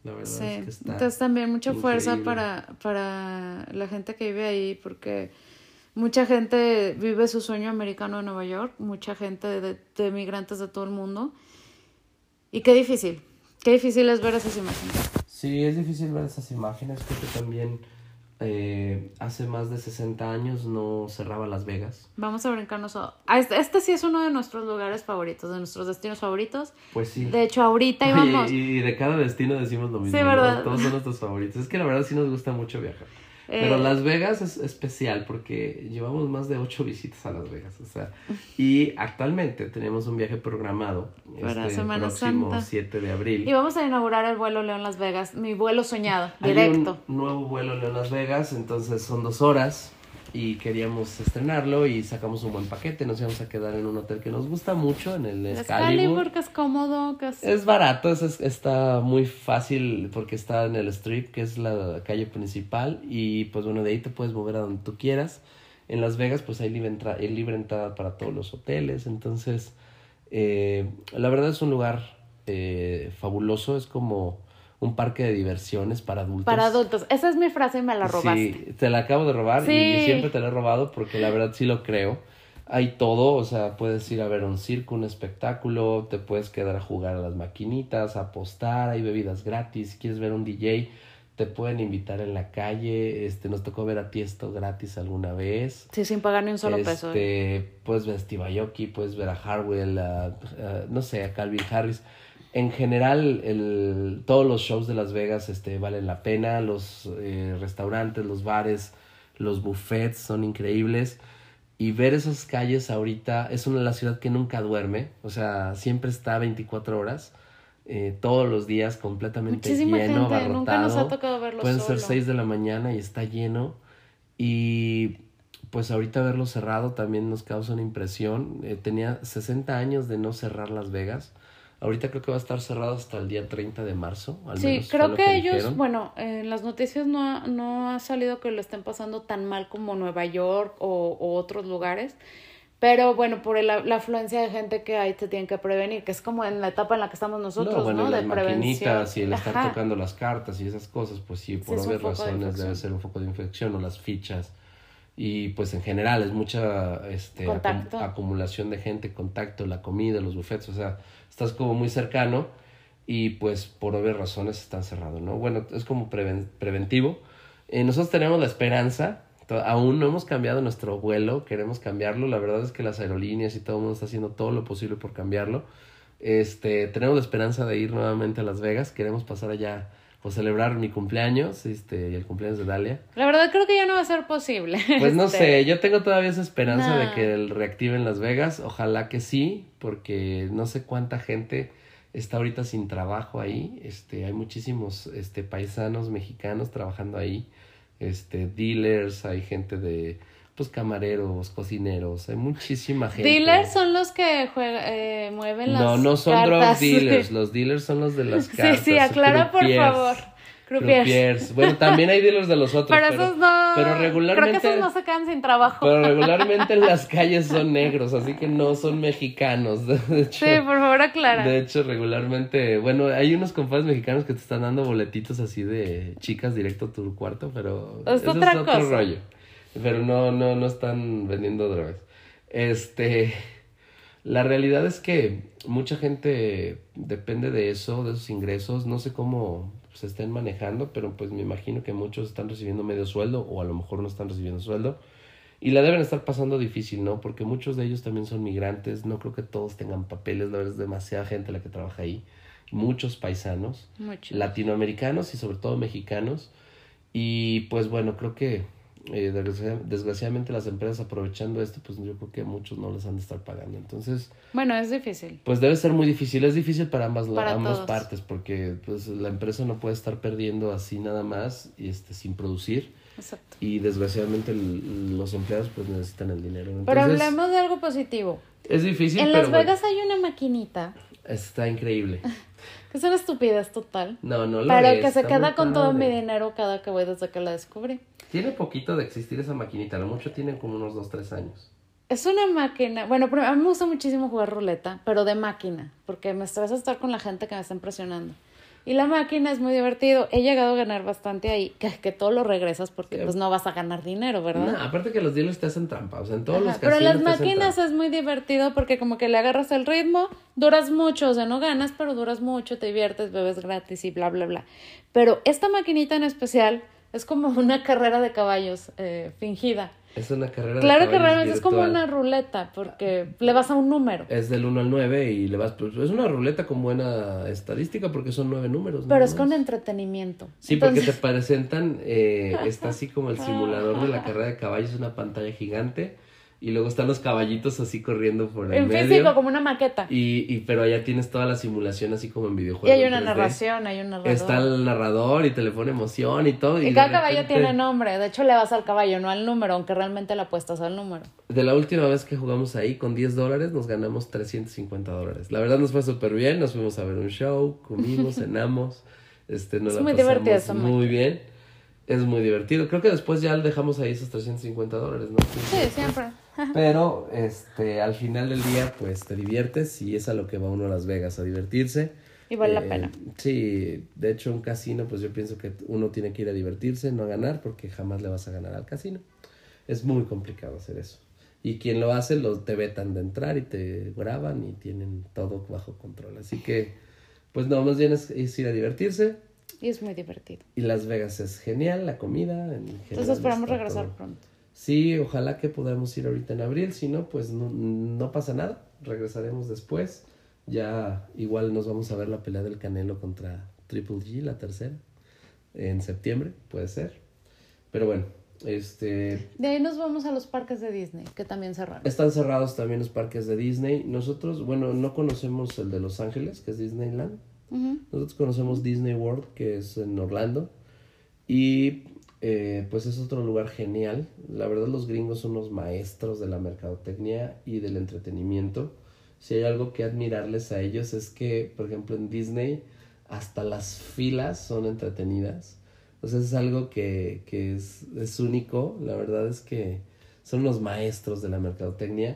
La verdad Sí, es que está entonces también mucha fuerza increíble. para, para la gente que vive ahí, porque mucha gente vive su sueño americano en Nueva York, mucha gente de, de migrantes de todo el mundo. Y qué difícil, qué difícil es ver esas imágenes. Sí, es difícil ver esas imágenes. Creo que también eh, hace más de sesenta años no cerraba Las Vegas. Vamos a brincarnos a... a Este, este sí es uno de nuestros lugares favoritos, de nuestros destinos favoritos. Pues sí. De hecho, ahorita Oye, íbamos... y de cada destino decimos lo mismo, Sí, ¿no? ¿verdad? Todos son nuestros favoritos. Es que la verdad sí nos gusta mucho viajar. Pero Eh, Las Vegas es especial porque llevamos más de ocho visitas a Las Vegas, o sea, y actualmente tenemos un viaje programado Para este Semana próximo Santa. siete de abril. Y vamos a inaugurar el vuelo León-Las Vegas, mi vuelo soñado, Hay directo. un nuevo vuelo en Las Vegas, entonces son dos horas y queríamos estrenarlo y sacamos un buen paquete. Nos íbamos a quedar en un hotel que nos gusta mucho, en el Excalibur. Excalibur, que es cómodo, que es... Es barato, es, es- está muy fácil porque está en el Strip, que es la calle principal, y pues bueno, de ahí te puedes mover a donde tú quieras. En Las Vegas pues hay libre, entra- hay libre entrada para todos los hoteles, entonces eh, la verdad es un lugar eh, fabuloso, es como un parque de diversiones para adultos. Para adultos. Esa es mi frase y me la robaste. Sí, te la acabo de robar Sí. y siempre te la he robado porque la verdad sí lo creo. Hay todo, o sea, puedes ir a ver un circo, un espectáculo, te puedes quedar a jugar a las maquinitas, a apostar, hay bebidas gratis, si quieres ver un D J, te pueden invitar en la calle, este, nos tocó ver a Tiesto gratis alguna vez. Sí, sin pagar ni un solo peso. ¿eh? Este, puedes ver a Steve Aoki, puedes ver a Harwell, a, a, no sé, a Calvin Harris. En general, el, todos los shows de Las Vegas este, valen la pena, los eh, restaurantes, los bares, los buffets son increíbles. Y ver esas calles ahorita, es una la ciudad que nunca duerme, o sea, siempre está veinticuatro horas, eh, todos los días completamente Muchísima lleno, gente, abarrotado. nunca nos ha tocado verlo Pueden solo. ser seis de la mañana y está lleno. Y pues ahorita verlo cerrado también nos causa una impresión. Eh, tenía sesenta años de no cerrar Las Vegas. Ahorita creo que va a estar cerrado hasta el día treinta de marzo. Al Sí, menos fue creo lo que, ellos, dijeron. bueno, en las noticias no ha, no ha salido que lo estén pasando tan mal como Nueva York o, o otros lugares, pero bueno, por el- la afluencia de gente que hay te tienen que prevenir, que es como en la etapa en la que estamos nosotros, ¿no? bueno, y De las prevención. maquinitas y el estar Ajá. tocando las cartas y esas cosas, pues sí, por es un obvias foco de razones infección. debe ser un foco de infección o las fichas. Y pues en general es mucha este, Contacto. acum- acumulación de gente, contacto, la comida, los buffets, o sea, estás como muy cercano y pues por obvias razones están cerrados, ¿no? Bueno, es como preven- preventivo. Eh, nosotros tenemos la esperanza, to- aún no hemos cambiado nuestro vuelo, queremos cambiarlo, la verdad es que las aerolíneas y todo el mundo está haciendo todo lo posible por cambiarlo. Este, tenemos la esperanza de ir nuevamente a Las Vegas, queremos pasar allá o celebrar mi cumpleaños, este, y el cumpleaños de Dalia. La verdad creo que ya no va a ser posible. Pues no Este, sé, yo tengo todavía esa esperanza Nah. de que el reactiven Las Vegas, ojalá que sí, porque no sé cuánta gente está ahorita sin trabajo ahí, este, hay muchísimos este paisanos mexicanos trabajando ahí, este, dealers, hay gente de, pues camareros, cocineros, hay muchísima gente. Dealers son los que juega, eh, mueven las No, no son cartas. drug dealers, los dealers son los de las cartas. Sí, sí, aclara por croupiers, favor. Croupiers. croupiers. Bueno, también hay dealers de los otros, Pero pero, esos no. pero regularmente Creo que esos no se quedan sin trabajo. pero regularmente en las calles son negros, así que no son mexicanos. De hecho, Sí, por favor, aclara. de hecho, regularmente, bueno, hay unos compadres mexicanos que te están dando boletitos así de chicas directo a tu cuarto, pero Es eso otra es otro cosa. rollo. Pero no, no, no están vendiendo drogas. Este, la realidad es que mucha gente depende de eso, de esos ingresos. No sé cómo se estén manejando, pero pues me imagino que muchos están recibiendo medio sueldo o a lo mejor no están recibiendo sueldo. Y la deben estar pasando difícil, ¿no? Porque muchos de ellos también son migrantes. No creo que todos tengan papeles. La verdad es demasiada gente la que trabaja ahí. Muchos paisanos, Mucho. latinoamericanos y sobre todo mexicanos. Y pues bueno, creo que eh, desgracia- desgraciadamente las empresas aprovechando esto, pues yo creo que a muchos no les han de estar pagando. Entonces, Bueno, es difícil. pues debe ser muy difícil. Es difícil para ambas, Para ambas todos. partes porque pues la empresa no puede estar perdiendo así nada más y este sin producir. Exacto. Y desgraciadamente el- los empleados pues necesitan el dinero. Entonces, Pero hablemos de algo positivo. es difícil, En pero Las bueno, Vegas hay una maquinita está increíble. que es una estupidez total. No, no lo Pero es, que se está queda muy con todo mi padre. dinero cada que voy desde que la descubrí. Tiene poquito de existir esa maquinita, lo mucho tiene como unos dos, tres años. Es una máquina. Bueno, pero a mí me gusta muchísimo jugar ruleta, pero de máquina, porque me estresa estar con la gente que me está impresionando. Y la máquina es muy divertido. He llegado a ganar bastante ahí, que, que todo lo regresas porque pues no vas a ganar dinero, ¿verdad? No, aparte que los dealers te hacen trampa, o sea, en todos Ajá, los casinos pero las te hacen máquinas trampa. es muy divertido porque como que le agarras el ritmo, duras mucho, o sea, no ganas, pero duras mucho, te diviertes, bebes gratis y bla, bla, bla. Pero esta maquinita en especial es como una carrera de caballos eh, fingida. Es una carrera Claro de que caballos realmente es como virtual. una ruleta porque le vas a un número. Es del uno al nueve y le vas... Pues, es una ruleta con buena estadística porque son nueve números. Pero nada es con más. entretenimiento. Sí, Entonces, porque te presentan, eh, está así como el simulador de la carrera de caballos, una pantalla gigante, y luego están los caballitos así corriendo por el en medio. físico, como una maqueta. Y, y pero allá tienes toda la simulación así como en videojuegos. Y hay en una tres D. narración, hay un narrador. Está el narrador y te le pone emoción y todo. Y, Y cada de caballo repente, tiene nombre. De hecho, le vas al caballo, no al número, aunque realmente le apuestas al número. De la última vez que jugamos ahí, con diez dólares, nos ganamos trescientos cincuenta dólares. La verdad nos fue súper bien, nos fuimos a ver un show, comimos, cenamos. Este, nos Es la muy pasamos divertida esa muy máquina. bien. Es muy divertido. Creo que después ya le dejamos ahí esos trescientos cincuenta dólares, ¿no? Sí, siempre. Pero, este, al final del día, pues, te diviertes y es a lo que va uno a Las Vegas, a divertirse. Y vale la Eh, pena. Sí, de hecho, un casino, pues yo pienso que uno tiene que ir a divertirse, no a ganar, porque jamás le vas a ganar al casino. Es muy complicado hacer eso. Y quien lo hace, los te vetan de entrar y te graban y tienen todo bajo control. Así que, pues no, más bien es, es ir a divertirse. Y es muy divertido. Y Las Vegas es genial, la comida. En Entonces general esperamos está regresar todo. pronto. Sí, ojalá que podamos ir ahorita en abril, si no, pues no, no pasa nada, regresaremos después. Ya igual nos vamos a ver la pelea del Canelo contra Triple G, la tercera, en septiembre, puede ser. Pero bueno, este... De ahí nos vamos a los parques de Disney, que también cerraron. Están cerrados también los parques de Disney. Nosotros, bueno, no conocemos el de Los Ángeles, que es Disneyland. Uh-huh. Nosotros conocemos Disney World, que es en Orlando. Y eh, pues es otro lugar genial. La verdad los gringos son unos maestros de la mercadotecnia y del entretenimiento. Si hay algo que admirarles a ellos es que, por ejemplo, en Disney hasta las filas son entretenidas. Entonces es algo que, que es, es único. La verdad es que son unos maestros de la mercadotecnia.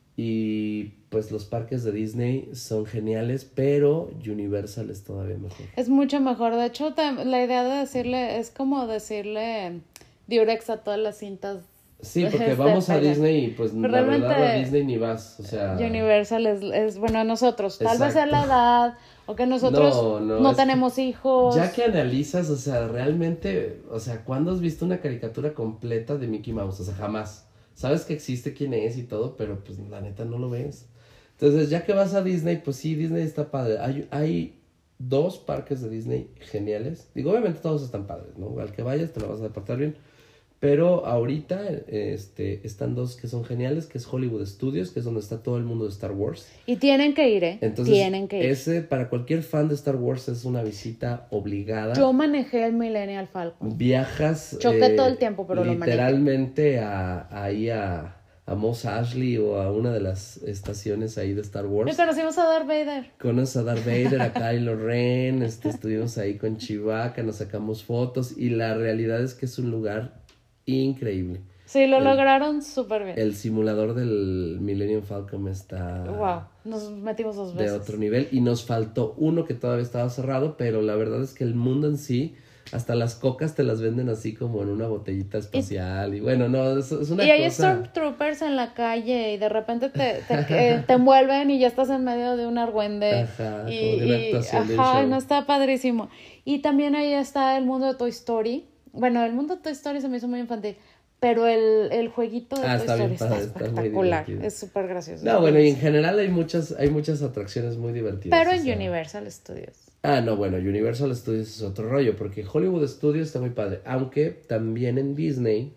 Y pues los parques de Disney son geniales, pero Universal es todavía mejor. Es mucho mejor. De hecho, te- la idea de decirle es como decirle Durex a todas las cintas. Sí, porque este, vamos a pega. Disney y pues la Realmente, verdad a Disney ni vas, o sea... Universal es, es bueno, a nosotros. Tal vez Exacto. a la edad, o que nosotros No, no, no, es tenemos hijos. Ya que analizas, o sea, realmente, o sea, ¿cuándo has visto una caricatura completa de Mickey Mouse? O sea, jamás. Sabes que existe quién es y todo, pero pues la neta no lo ves. Entonces, ya que vas a Disney, pues sí, Disney está padre. Hay, hay dos parques de Disney geniales. Digo, obviamente todos están padres, ¿no? Al que vayas te lo vas a pasar bien. Pero ahorita este, están dos que son geniales, que es Hollywood Studios, que es donde está todo el mundo de Star Wars. Y tienen que ir, ¿eh? Entonces, tienen que ir. ese para cualquier fan de Star Wars es una visita obligada. Yo manejé el Millennial Falcon. Viajas Choqué eh, todo el tiempo, pero lo manejé. literalmente a, ahí a, a Mos Eisley o a una de las estaciones ahí de Star Y Wars. conocimos a Darth Vader. Conoces a Darth Vader, a Kylo Ren, este, estuvimos ahí con Chewbacca, nos sacamos fotos y la realidad es que es un lugar increíble. Sí, lo El- lograron súper bien. El simulador del Millennium Falcon está Wow, nos metimos dos de veces. otro nivel y nos faltó uno que todavía estaba cerrado, pero la verdad es que el mundo en sí, hasta las cocas te las venden así como en una botellita espacial y, bueno, no, es, es una Y hay cosa... Stormtroopers en la calle y de repente te, te, que te envuelven y ya estás en medio de un argüende. Ajá, y, como de una y- actuación de un ajá, show. no, está padrísimo. Y también ahí está el mundo de Toy Story. Bueno, el mundo de Toy Story se me hizo muy infantil, pero el, el jueguito de Ah, Toy está Story bien está padre, está muy espectacular. divertido. Es súper gracioso. No, bueno, y en general hay muchas, hay muchas atracciones muy divertidas. Pero o en sea. Universal Studios. Ah, no, bueno, Universal Studios es otro rollo, porque Hollywood Studios está muy padre, aunque también en Disney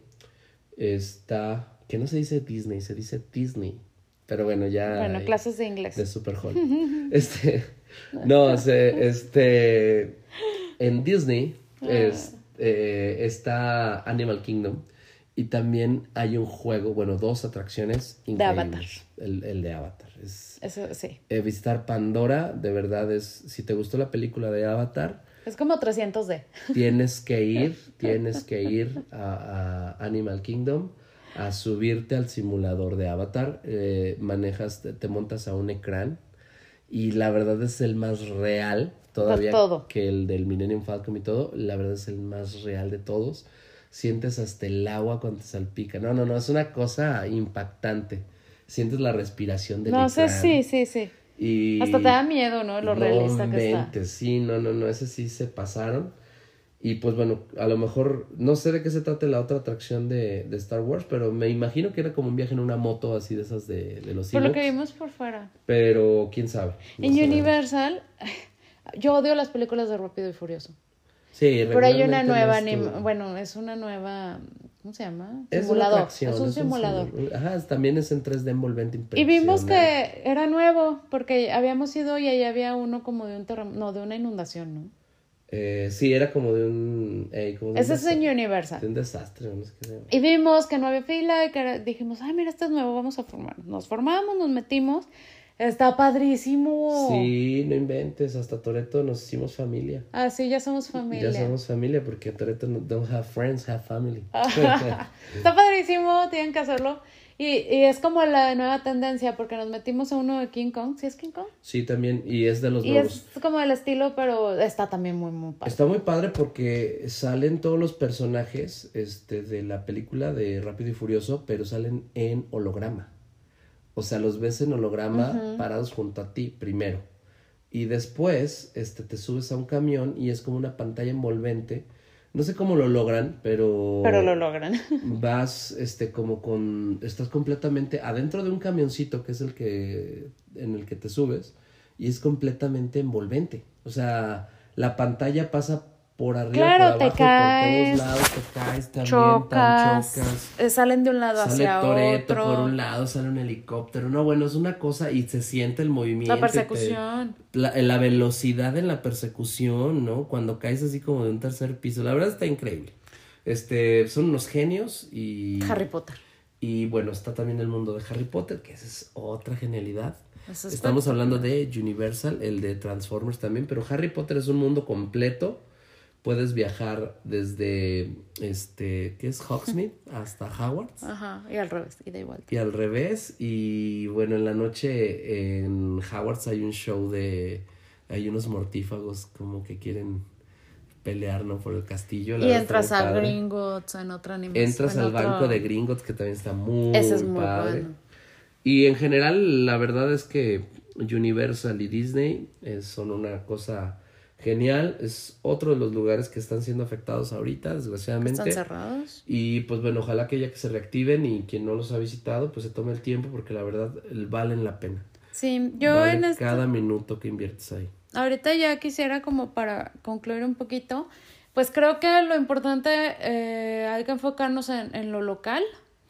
está, que no se dice Disney, se dice Disney, pero bueno, ya... Bueno, hay- clases de inglés. de Super Hall. Este, no, se, este, en Disney es, eh, está Animal Kingdom y también hay un juego, bueno, dos atracciones De increíbles. Avatar. El, el de Avatar. Es, Eso sí. eh, visitar Pandora, de verdad es, si te gustó la película de Avatar, Es como trescientos D. tienes que ir, tienes que ir a, a Animal Kingdom a subirte al simulador de Avatar, eh, manejas, te, te montas a un ecrán y la verdad es el más real todavía todo. que el del Millennium Falcon y todo, la verdad es el más real de todos. Sientes hasta el agua cuando te salpica. No, no, no, es una cosa impactante. Sientes la respiración del No ecrán. sé, sí, sí, sí. Y hasta te da miedo, ¿no? Lo no realista que está. inventes, sí, no, no, no, ese sí se pasaron. Y pues bueno, a lo mejor, no sé de qué se trata la otra atracción de, de Star Wars, pero me imagino que era como un viaje en una moto así de esas de, de los Por lo Ewoks. que vimos por fuera. Pero quién sabe. No En sabemos. Universal, yo odio las películas de Rápido y Furioso. Sí, Pero hay una regularmente nueva, no es tu- anim- bueno, es una nueva, ¿cómo se llama? es una Simulador. atracción, Es un simulador. simu- Ajá, también es en tres D envolvente Y impresionante. vimos que era nuevo, porque habíamos ido y ahí había uno como de un terremoto, no, de una inundación, ¿no? Eh, sí, era como de un... eh, como de un Ese es en desa- Universal. de un desastre, no sé qué se llama. Y vimos que no había fila y que era- dijimos, ay, mira, este es nuevo, vamos a formarnos. Nos formamos, nos metimos. Está padrísimo. Sí, no inventes, hasta Toretto nos hicimos familia. Ah, sí, ya somos familia. Ya somos familia porque Toretto no don't have friends, have family. Está padrísimo, tienen que hacerlo. Y, y es como la nueva tendencia, porque nos metimos a uno de King Kong. ¿Sí es King Kong? Sí, también, y es de los Y nuevos. es como el estilo, pero está también muy, muy padre. Está muy padre porque salen todos los personajes este, de la película de Rápido y Furioso, pero salen en holograma. O sea, los ves en holograma Ujú. parados junto a ti primero. Y después este, te subes a un camión y es como una pantalla envolvente. No sé cómo lo logran, pero... Pero lo logran. Vas, este, como con... Estás completamente adentro de un camioncito que es el que... En el que te subes. Y es completamente envolvente. O sea, la pantalla pasa por arriba, Claro, por te abajo, caes, por todos lados. Te caes, te Chocas, avientan, chocas. eh, salen de un lado Sale hacia Toretto otro. por un lado, sale un helicóptero. No, bueno, es una cosa y se siente el movimiento. La persecución. te- la, la velocidad en la persecución, ¿no? Cuando caes así como de un tercer piso. La verdad está increíble. Este, son unos genios y... Harry Potter. Y bueno, está también el mundo de Harry Potter, que esa es otra genialidad. Eso es Estamos parte- hablando de Universal, el de Transformers también, pero Harry Potter es un mundo completo. Puedes viajar desde, este, ¿qué es? Hogsmeade hasta Hogwarts. Ajá, y al revés, y da igual. Y al revés, y bueno, en la noche en Hogwarts hay un show de, hay unos mortífagos como que quieren pelear, ¿no? Por el castillo. La Y verdad está entras muy a padre. Gringotts en otra animación. Entras en al otro- banco de Gringotts, que también está muy, Ese es muy padre. bueno. Y en general, la verdad es que Universal y Disney eh, son una cosa genial. Es otro de los lugares que están siendo afectados ahorita, desgraciadamente. Están cerrados. Y pues bueno, ojalá que ya que se reactiven y quien no los ha visitado, pues se tome el tiempo porque la verdad el- valen la pena. Sí, yo Vale en este... cada minuto que inviertes ahí. Ahorita ya quisiera como para concluir un poquito, pues creo que lo importante eh, hay que enfocarnos en, en lo local.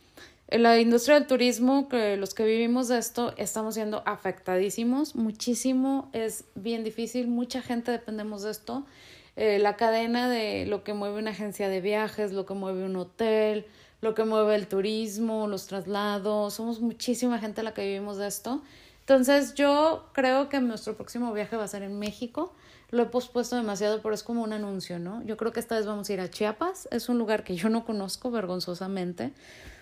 En la industria del turismo, que los que vivimos de esto estamos siendo afectadísimos, muchísimo, es bien difícil, mucha gente dependemos de esto. Eh, la cadena de lo que mueve una agencia de viajes, lo que mueve un hotel, lo que mueve el turismo, los traslados, somos muchísima gente la que vivimos de esto. Entonces yo creo que nuestro próximo viaje va a ser en México. Lo he pospuesto demasiado, pero es como un anuncio, ¿no? Yo creo que esta vez vamos a ir a Chiapas. Es un lugar que yo no conozco, vergonzosamente,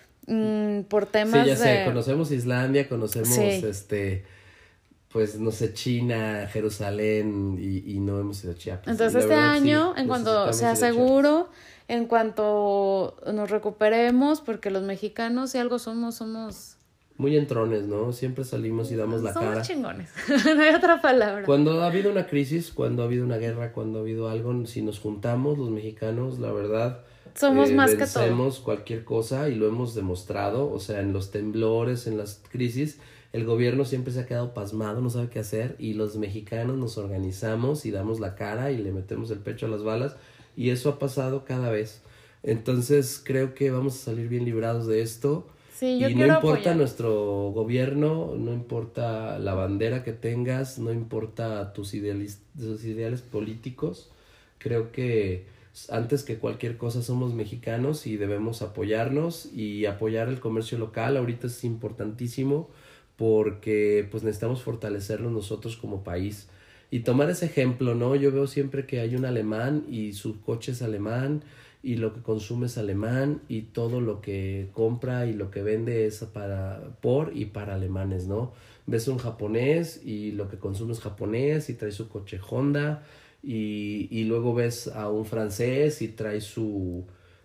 mm, por temas Sí, ya sé, de... conocemos Islandia, conocemos Sí. este, pues no sé, China, Jerusalén y, y no hemos ido a Chiapas. Entonces La este verdad, sí, año, en cuanto necesitamos sea ir a Chiapas. seguro, en cuanto nos recuperemos, porque los mexicanos, si algo somos, somos... Muy entrones, ¿no? Siempre salimos y damos la somos cara. chingones. No hay otra palabra. Cuando ha habido una crisis, cuando ha habido una guerra, cuando ha habido algo, si nos juntamos los mexicanos, la verdad, Somos eh, más que todo. vencemos cualquier cosa y lo hemos demostrado. O sea, en los temblores, en las crisis, el gobierno siempre se ha quedado pasmado, no sabe qué hacer y los mexicanos nos organizamos y damos la cara y le metemos el pecho a las balas y eso ha pasado cada vez. Entonces creo que vamos a salir bien librados de esto. Sí, yo Y no quiero importa apoyar. nuestro gobierno, no importa la bandera que tengas, no importa tus, idealis- tus ideales políticos, creo que antes que cualquier cosa somos mexicanos y debemos apoyarnos y apoyar el comercio local. Ahorita es importantísimo porque pues necesitamos fortalecernos nosotros como país y tomar ese ejemplo, ¿no? Yo veo siempre que hay un alemán y su coche es alemán y lo que consume es alemán y todo lo que compra y lo que vende es para por y para alemanes, ¿no? Ves un japonés y lo que consume es japonés y trae su coche Honda y, y luego ves a un francés y trae su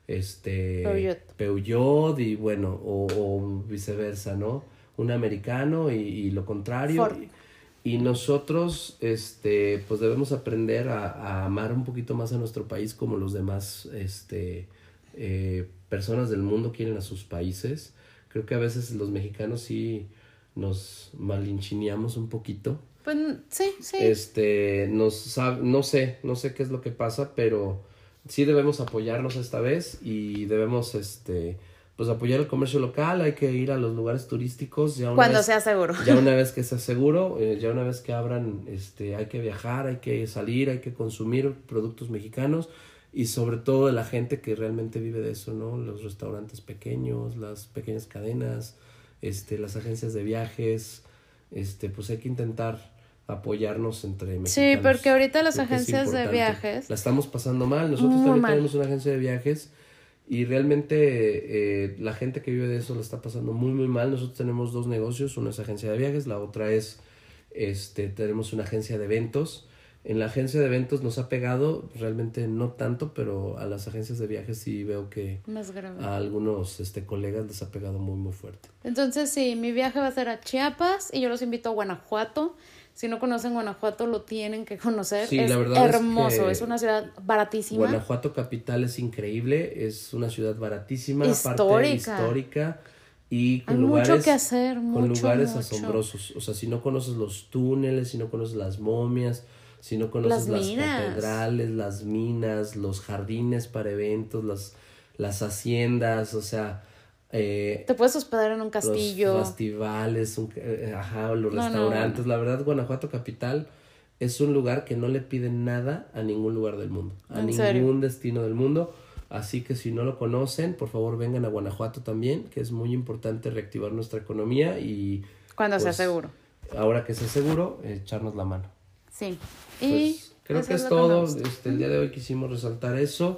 este Peugeot. Peugeot y bueno, o, o viceversa, ¿no? Un americano y, y lo contrario. Ford. Y nosotros, este, pues debemos aprender a, a amar un poquito más a nuestro país como los demás, este, eh, personas del mundo quieren a sus países. Creo que a veces los mexicanos sí nos malinchineamos un poquito. Pues sí, sí. Este, nos sab- no sé, no sé qué es lo que pasa, pero sí debemos apoyarnos esta vez y debemos, este, pues apoyar el comercio local. Hay que ir a los lugares turísticos ya una Cuando vez, sea seguro. ya una vez que sea seguro, eh, ya una vez que abran, este, hay que viajar, hay que salir, hay que consumir productos mexicanos y sobre todo de la gente que realmente vive de eso, ¿no? Los restaurantes pequeños, las pequeñas cadenas, este, las agencias de viajes, este, pues hay que intentar apoyarnos entre mexicanos. Sí, porque ahorita las Creo que es agencias de importante. viajes... La estamos pasando mal. Nosotros Muy también mal. tenemos una agencia de viajes y realmente eh, la gente que vive de eso lo está pasando muy muy mal. Nosotros tenemos dos negocios, una es agencia de viajes, la otra es, este, tenemos una agencia de eventos. En la agencia de eventos nos ha pegado, realmente no tanto, pero a las agencias de viajes sí veo que Más grave. a algunos este, colegas les ha pegado muy muy fuerte. Entonces, sí, mi viaje va a ser a Chiapas y yo los invito a Guanajuato. Si no conocen Guanajuato, lo tienen que conocer. Sí, es la verdad es hermoso, que es una ciudad baratísima. Guanajuato capital es increíble, es una ciudad baratísima, aparte Histórica. histórica y con Hay lugares, mucho que hacer, con mucho, lugares mucho. asombrosos. O sea, si no conoces los túneles, si no conoces las momias, si no conoces Las las, minas. catedrales, las minas, los jardines para eventos, las, las haciendas, o sea, eh, Te puedes hospedar en un castillo. los festivales, un- eh, ajá, los No, no, restaurantes. no. La verdad, Guanajuato capital es un lugar que no le pide nada a ningún lugar del mundo, a ¿En ningún serio? destino del mundo. Así que si no lo conocen, por favor vengan a Guanajuato también, que es muy importante reactivar nuestra economía y Cuando sea pues, seguro. ahora que sea seguro, eh, echarnos la mano. Sí. Y Pues creo eso que es lo que todo. me gusta. Este, el día de hoy quisimos resaltar eso.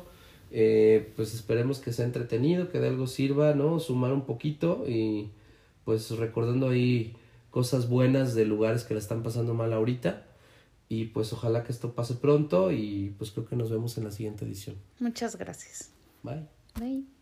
Eh, pues esperemos que sea entretenido, que de algo sirva, ¿no? Sumar un poquito y pues recordando ahí cosas buenas de lugares que la están pasando mal ahorita. Y pues ojalá que esto pase pronto y pues creo que nos vemos en la siguiente edición. Muchas gracias. Bye. Bye.